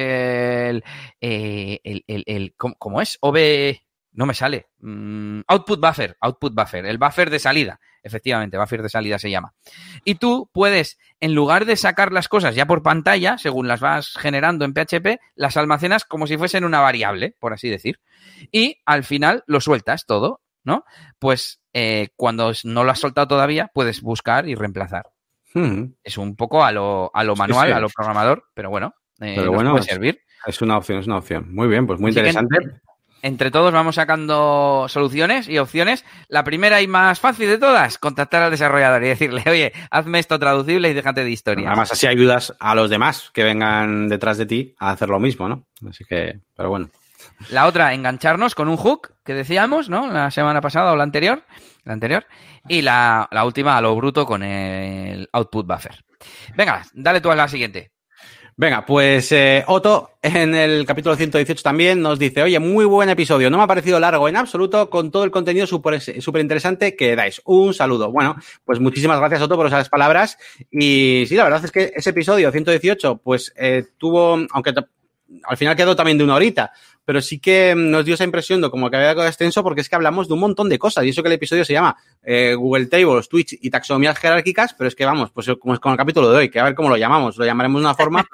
[SPEAKER 2] ¿cómo es? No me sale. Output buffer, el buffer de salida. Efectivamente, buffer de salida se llama. Y tú puedes, en lugar de sacar las cosas ya por pantalla, según las vas generando en PHP, las almacenas como si fuesen una variable, por así decir. Y al final lo sueltas todo, ¿no? Pues cuando no lo has soltado todavía, puedes buscar y reemplazar. Es un poco a lo manual, sí. A lo programador, pero bueno, puede servir.
[SPEAKER 1] Es una opción. Muy bien, pues muy interesante.
[SPEAKER 2] Entre todos vamos sacando soluciones y opciones. La primera y más fácil de todas, contactar al desarrollador y decirle: oye, hazme esto traducible y déjate de historias.
[SPEAKER 1] Además, así ayudas a los demás que vengan detrás de ti a hacer lo mismo, ¿no? Así que, pero bueno.
[SPEAKER 2] La otra, engancharnos con un hook que decíamos, ¿no? La semana pasada o la anterior. Y la última, a lo bruto, con el output buffer. Venga, dale tú a la siguiente.
[SPEAKER 1] Venga, pues Otto en el capítulo 118 también nos dice: oye, muy buen episodio, no me ha parecido largo en absoluto, con todo el contenido súper interesante que dais. Un saludo. Bueno, pues muchísimas gracias, Otto, por esas palabras. Y sí, la verdad es que ese episodio 118 pues tuvo, aunque al final quedó también de 1 horita, pero sí que nos dio esa impresión de como que había quedado extenso, porque es que hablamos de un montón de cosas, y eso que el episodio se llama Google Tables, Twitch y taxonomías jerárquicas, pero es que vamos, pues como es con el capítulo de hoy, que a ver cómo lo llamamos, lo llamaremos de una forma, porque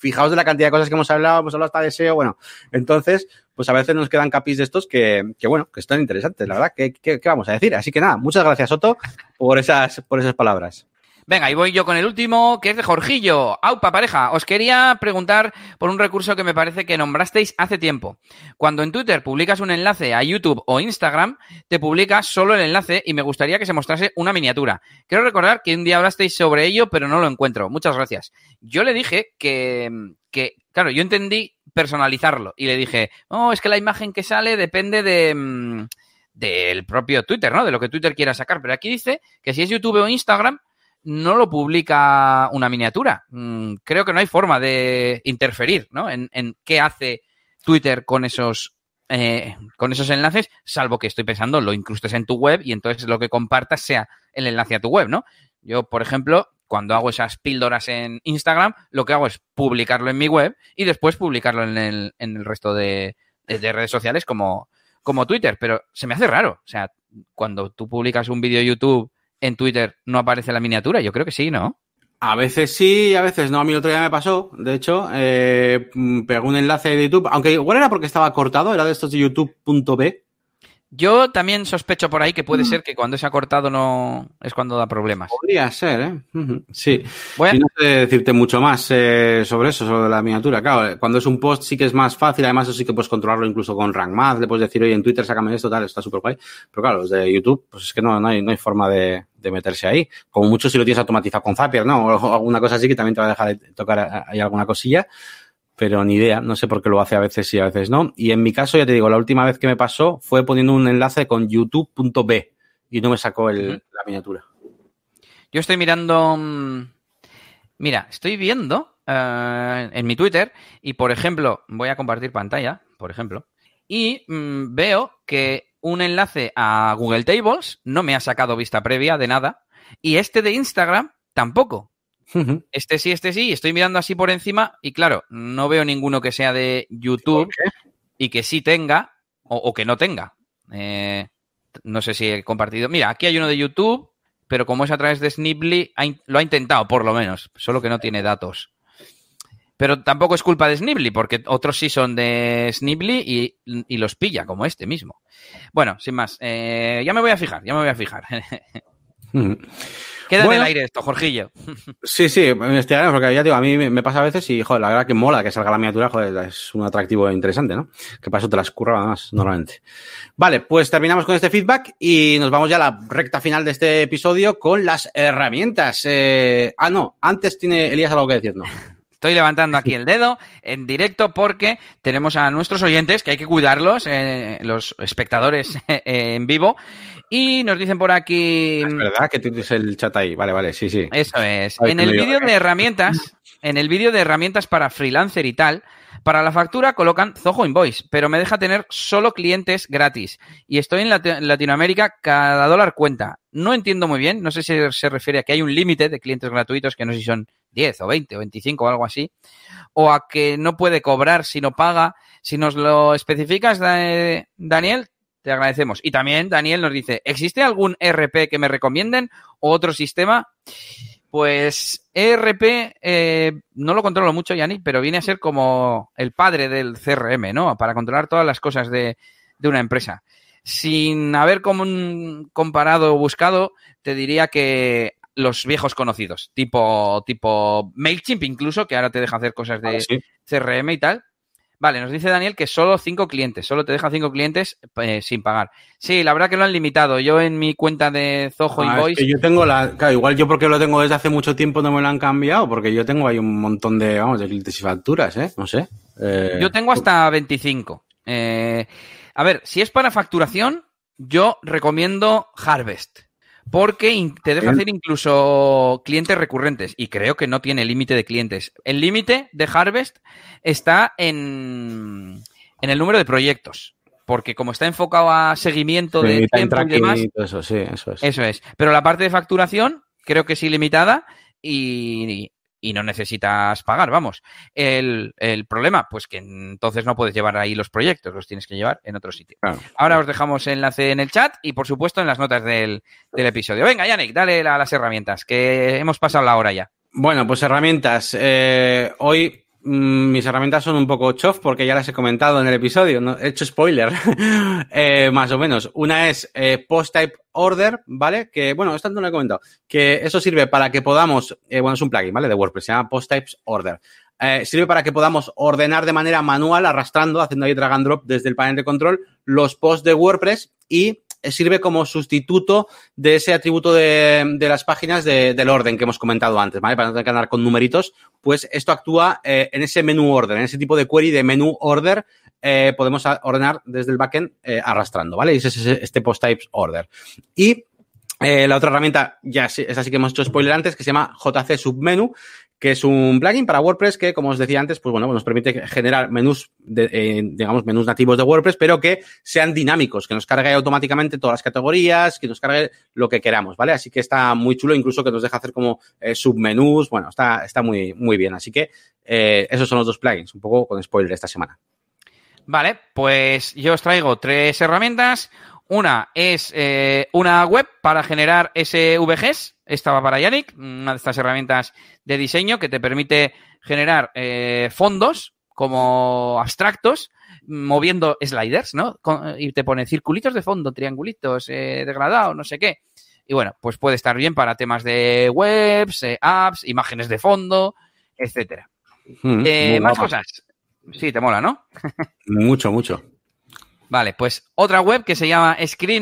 [SPEAKER 1] fijaos de la cantidad de cosas que hemos hablado hasta de SEO, bueno, entonces, pues a veces nos quedan capis de estos que bueno, que están interesantes, la verdad, ¿qué vamos a decir? Así que nada, muchas gracias, Soto, por esas palabras.
[SPEAKER 2] Venga, y voy yo con el último, que es de Jorgillo. Aupa, pareja, os quería preguntar por un recurso que me parece que nombrasteis hace tiempo. Cuando en Twitter publicas un enlace a YouTube o Instagram, te publicas solo el enlace y me gustaría que se mostrase una miniatura. Quiero recordar que un día hablasteis sobre ello, pero no lo encuentro. Muchas gracias. Yo le dije que claro, yo entendí personalizarlo y le dije, es que la imagen que sale depende del propio Twitter, ¿no? De lo que Twitter quiera sacar. Pero aquí dice que si es YouTube o Instagram, no lo publica una miniatura. Creo que no hay forma de interferir, ¿no? En qué hace Twitter con esos enlaces, salvo que estoy pensando lo incrustes en tu web y entonces lo que compartas sea el enlace a tu web, ¿no? Yo, por ejemplo, cuando hago esas píldoras en Instagram, lo que hago es publicarlo en mi web y después publicarlo en el resto de redes sociales como Twitter. Pero se me hace raro. O sea, cuando tú publicas un vídeo de YouTube en Twitter no aparece la miniatura. Yo creo que sí, ¿no?
[SPEAKER 1] A veces sí, a veces no. A mí el otro día me pasó, de hecho, pegó un enlace de YouTube, aunque igual era porque estaba cortado, era de estos de youtube.b.
[SPEAKER 2] Yo también sospecho por ahí que puede ser que cuando se ha cortado no es cuando da problemas.
[SPEAKER 1] Podría ser, ¿eh? Sí. Y no sé decirte mucho más sobre eso, sobre la miniatura. Claro, cuando es un post sí que es más fácil, además eso sí que puedes controlarlo incluso con Rank Math, le puedes decir, oye, en Twitter sácame esto, tal, está súper guay. Pero claro, los de YouTube, pues es que no hay forma de meterse ahí. Como mucho si lo tienes automatizado con Zapier, ¿no? O alguna cosa así que también te va a dejar de tocar ahí alguna cosilla. Pero ni idea, no sé por qué lo hace a veces sí, a veces no. Y en mi caso, ya te digo, la última vez que me pasó fue poniendo un enlace con youtube.b y no me sacó la miniatura.
[SPEAKER 2] Yo estoy mirando... Mira, estoy viendo en mi Twitter y, por ejemplo, voy a compartir pantalla, por ejemplo, y veo que un enlace a Google Tables no me ha sacado vista previa de nada y este de Instagram tampoco. Este sí, estoy mirando así por encima y claro, no veo ninguno que sea de YouTube y que sí tenga o que no tenga. No sé si he compartido. Mira, aquí hay uno de YouTube, pero como es a través de Sniply, lo ha intentado por lo menos, solo que no tiene datos. Pero tampoco es culpa de Sniply, porque otros sí son de Sniply y los pilla, como este mismo. Bueno, sin más, ya me voy a fijar. Queda en el aire esto, Jorgillo.
[SPEAKER 1] Sí, investigaremos, porque ya digo, a mí me pasa a veces y, joder, la verdad que mola que salga la miniatura, joder, es un atractivo interesante, ¿no? Que para eso te las curra además, normalmente. Vale, pues terminamos con este feedback y nos vamos ya a la recta final de este episodio con las herramientas. Antes tiene Elías algo que decir, ¿no?
[SPEAKER 2] Estoy levantando aquí el dedo en directo porque tenemos a nuestros oyentes que hay que cuidarlos, los espectadores en vivo. Y nos dicen por aquí...
[SPEAKER 1] Es verdad que tienes el chat ahí. Vale, sí.
[SPEAKER 2] Eso es. En el vídeo de herramientas para freelancer y tal, para la factura colocan Zoho Invoice, pero me deja tener solo clientes gratis. Y estoy en Latinoamérica, cada dólar cuenta. No entiendo muy bien, no sé si se refiere a que hay un límite de clientes gratuitos, que no sé si son 10 o 20 o 25 o algo así, o a que no puede cobrar si no paga. Si nos lo especificas, Daniel, te agradecemos. Y también Daniel nos dice, ¿existe algún ERP que me recomienden o otro sistema? Pues ERP no lo controlo mucho, Yannick, pero viene a ser como el padre del CRM, ¿no? Para controlar todas las cosas de una empresa. Sin haber comparado o buscado, te diría que los viejos conocidos, tipo MailChimp incluso, que ahora te deja hacer cosas de CRM y tal. Vale, nos dice Daniel que solo te deja 5 clientes sin pagar. Sí, la verdad que lo han limitado. Yo en mi cuenta de Zoho Invoice...
[SPEAKER 1] Es que yo tengo claro, igual yo porque lo tengo desde hace mucho tiempo no me lo han cambiado, porque yo tengo ahí un montón de clientes y facturas, no sé.
[SPEAKER 2] Yo tengo hasta 25. A ver, si es para facturación, yo recomiendo Harvest. Porque te deja hacer incluso clientes recurrentes y creo que no tiene límite de clientes. El límite de Harvest está en el número de proyectos, porque como está enfocado a seguimiento de tiempo y demás...
[SPEAKER 1] Eso es.
[SPEAKER 2] Pero la parte de facturación creo que es ilimitada y no necesitas pagar, vamos. El problema, pues que entonces no puedes llevar ahí los proyectos, los tienes que llevar en otro sitio. Claro. Ahora os dejamos enlace en el chat y, por supuesto, en las notas del episodio. Venga, Yannick, dale a las herramientas, que hemos pasado la hora ya.
[SPEAKER 1] Bueno, pues herramientas. Hoy Mis herramientas son un poco chof porque ya las he comentado en el episodio, ¿no? He hecho spoiler, más o menos. Una es Post Type Order, ¿vale? Que, bueno, esto no lo he comentado. Que eso sirve para que podamos, bueno, es un plugin, ¿vale? De WordPress, se llama Post Types Order. Sirve para que podamos ordenar de manera manual, arrastrando, haciendo ahí drag and drop desde el panel de control, los posts de WordPress y sirve como sustituto de ese atributo de las páginas del orden que hemos comentado antes, ¿vale? Para no tener que andar con numeritos, pues esto actúa en ese menú order, en ese tipo de query de menú order, podemos ordenar desde el backend arrastrando, ¿vale? Y ese es este post types order. Y la otra herramienta, ya es así que hemos hecho spoiler antes, que se llama JC Submenu, que es un plugin para WordPress que, como os decía antes, pues bueno, nos permite generar menús, digamos, menús nativos de WordPress, pero que sean dinámicos, que nos cargue automáticamente todas las categorías, que nos cargue lo que queramos, ¿vale? Así que está muy chulo, incluso que nos deja hacer como submenús, bueno, está muy, muy bien. Así que esos son los dos plugins, un poco con spoiler esta semana.
[SPEAKER 2] Vale, pues yo os traigo 3 herramientas. Una es una web para generar SVGs. Esta va para Yannick, una de estas herramientas de diseño que te permite generar fondos como abstractos moviendo sliders, ¿no? Y te pone circulitos de fondo, triangulitos, degradados, no sé qué. Y bueno, pues puede estar bien para temas de webs, apps, imágenes de fondo, etcétera. Más cosas. Sí, te mola, ¿no?
[SPEAKER 1] Mucho, mucho.
[SPEAKER 2] Vale, pues otra web que se llama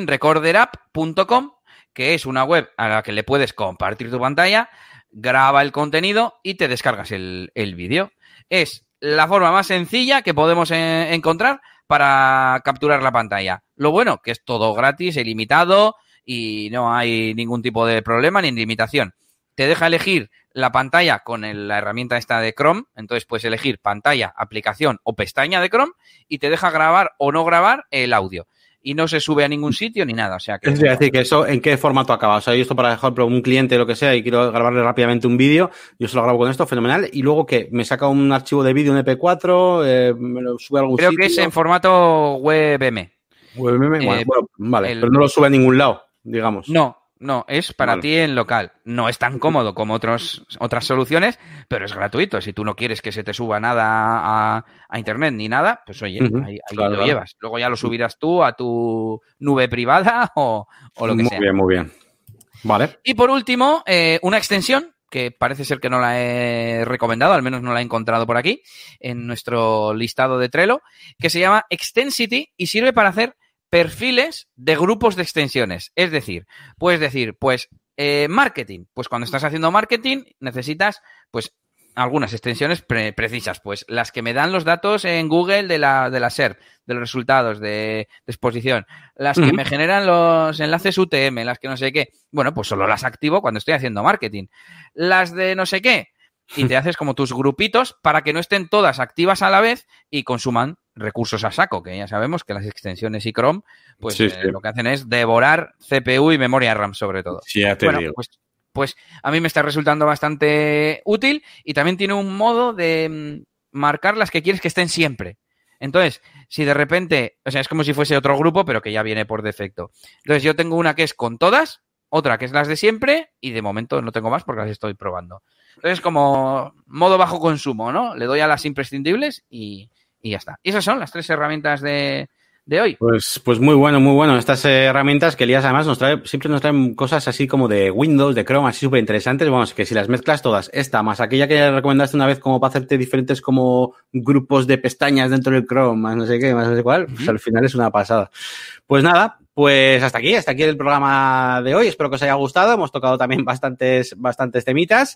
[SPEAKER 2] screenrecorderapp.com, que es una web a la que le puedes compartir tu pantalla, graba el contenido y te descargas el vídeo. Es la forma más sencilla que podemos encontrar para capturar la pantalla. Lo bueno, que es todo gratis, ilimitado y no hay ningún tipo de problema ni limitación. Te deja elegir la pantalla con la herramienta esta de Chrome, entonces puedes elegir pantalla, aplicación o pestaña de Chrome y te deja grabar o no grabar el audio. Y no se sube a ningún sitio ni nada, o sea que...
[SPEAKER 1] Es decir, que eso, ¿en qué formato acaba? O sea, yo esto para, ejemplo, un cliente o lo que sea y quiero grabarle rápidamente un vídeo, yo se lo grabo con esto, fenomenal, y luego que me saca un archivo de vídeo, un MP4, me lo sube a algún
[SPEAKER 2] sitio.
[SPEAKER 1] Creo
[SPEAKER 2] que es en formato WebM.
[SPEAKER 1] WebM, bueno, vale, pero no lo sube a ningún lado, digamos.
[SPEAKER 2] No, es para ti en local. No es tan cómodo como otras soluciones, pero es gratuito. Si tú no quieres que se te suba nada a internet ni nada, pues oye, ahí claro, lo llevas. Luego ya lo subirás tú a tu nube privada o lo que sea.
[SPEAKER 1] Muy bien. Vale.
[SPEAKER 2] Y por último, una extensión que parece ser que no la he recomendado, al menos no la he encontrado por aquí, en nuestro listado de Trello, que se llama Extensity y sirve para hacer perfiles de grupos de extensiones. Es decir, puedes decir, pues, marketing. Pues cuando estás haciendo marketing necesitas, pues, algunas extensiones precisas. Pues las que me dan los datos en Google de la SERP, de los resultados de exposición. Las que me generan los enlaces UTM, las que no sé qué. Bueno, pues solo las activo cuando estoy haciendo marketing. Las de no sé qué. Y te haces como tus grupitos para que no estén todas activas a la vez y consuman recursos a saco, que ya sabemos que las extensiones y Chrome, pues lo que hacen es devorar CPU y memoria RAM sobre todo.
[SPEAKER 1] Sí, ya te digo.
[SPEAKER 2] Pues a mí me está resultando bastante útil y también tiene un modo de marcar las que quieres que estén siempre. Entonces, si de repente, o sea, es como si fuese otro grupo, pero que ya viene por defecto. Entonces, yo tengo una que es con todas, otra que es las de siempre y de momento no tengo más porque las estoy probando. Entonces, como modo bajo consumo, ¿no? Le doy a las imprescindibles y ya está. Y esas son las 3 herramientas de hoy.
[SPEAKER 1] Pues muy bueno. Estas herramientas que Elías además siempre nos traen cosas así como de Windows, de Chrome, así súper interesantes. Vamos, que si las mezclas todas, esta más aquella que recomendaste una vez como para hacerte diferentes como grupos de pestañas dentro del Chrome, más no sé qué, más no sé cuál, pues al final es una pasada. Pues nada, pues hasta aquí el programa de hoy. Espero que os haya gustado. Hemos tocado también bastantes temitas.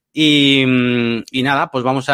[SPEAKER 1] Y nada, pues vamos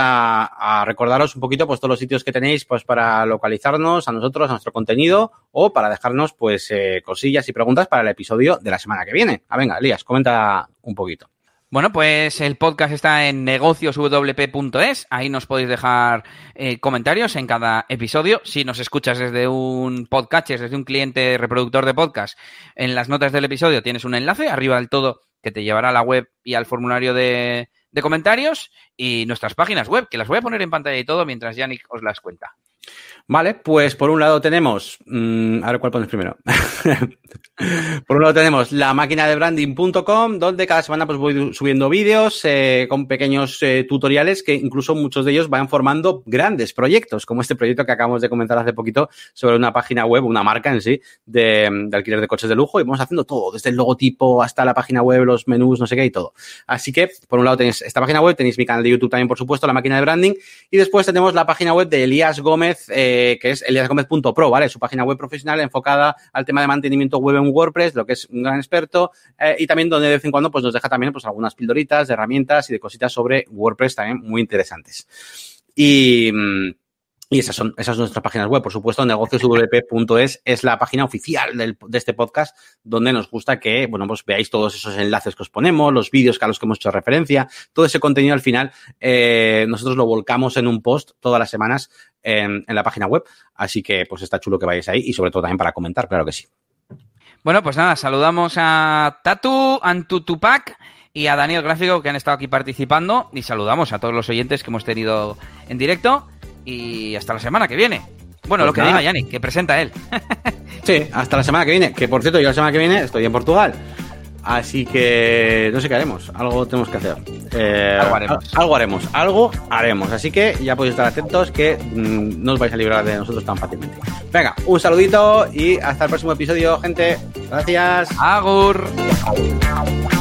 [SPEAKER 1] a recordaros un poquito pues todos los sitios que tenéis pues para localizarnos a nosotros, a nuestro contenido o para dejarnos pues cosillas y preguntas para el episodio de la semana que viene. Venga, Elías, comenta un poquito.
[SPEAKER 2] Bueno, pues el podcast está en negocioswp.es. Ahí nos podéis dejar comentarios en cada episodio. Si nos escuchas desde un podcatcher, desde un cliente reproductor de podcast, en las notas del episodio tienes un enlace arriba del todo que te llevará a la web y al formulario de comentarios y nuestras páginas web, que las voy a poner en pantalla y todo mientras Yannick os las cuenta.
[SPEAKER 1] Vale, pues por un lado tenemos, a ver cuál pones primero. Por un lado tenemos la máquina de branding.com, donde cada semana pues voy subiendo vídeos con pequeños tutoriales que incluso muchos de ellos van formando grandes proyectos, como este proyecto que acabamos de comentar hace poquito sobre una página web, una marca en sí, de alquiler de coches de lujo, y vamos haciendo todo, desde el logotipo hasta la página web, los menús, no sé qué y todo. Así que, por un lado tenéis esta página web, tenéis mi canal de YouTube también, por supuesto, la máquina de branding, y después tenemos la página web de Elías Gómez, que es eliasgomez.pro, ¿vale? Su página web profesional enfocada al tema de mantenimiento web en WordPress, lo que es un gran experto, y también donde de vez en cuando pues nos deja también pues algunas pildoritas de herramientas y de cositas sobre WordPress también muy interesantes. Y esas son nuestras páginas web. Por supuesto, negocioswp.es es la página oficial de este podcast, donde nos gusta que, bueno, pues veáis todos esos enlaces que os ponemos, los vídeos a los que hemos hecho referencia, todo ese contenido al final, nosotros lo volcamos en un post todas las semanas en la página web. Así que, pues está chulo que vayáis ahí y sobre todo también para comentar, claro que sí.
[SPEAKER 2] Bueno, pues nada, saludamos a Tatu, Antutupac y a Daniel Gráfico que han estado aquí participando y saludamos a todos los oyentes que hemos tenido en directo y hasta la semana que viene. Bueno, pues lo que diga Yannick, que presenta él.
[SPEAKER 1] Sí, hasta la semana que viene, que por cierto yo la semana que viene estoy en Portugal. Así que no sé qué haremos, algo tenemos que hacer. Algo haremos. Así que ya podéis estar atentos que no os vais a librar de nosotros tan fácilmente. Venga, un saludito y hasta el próximo episodio, gente. Gracias.
[SPEAKER 2] Agur.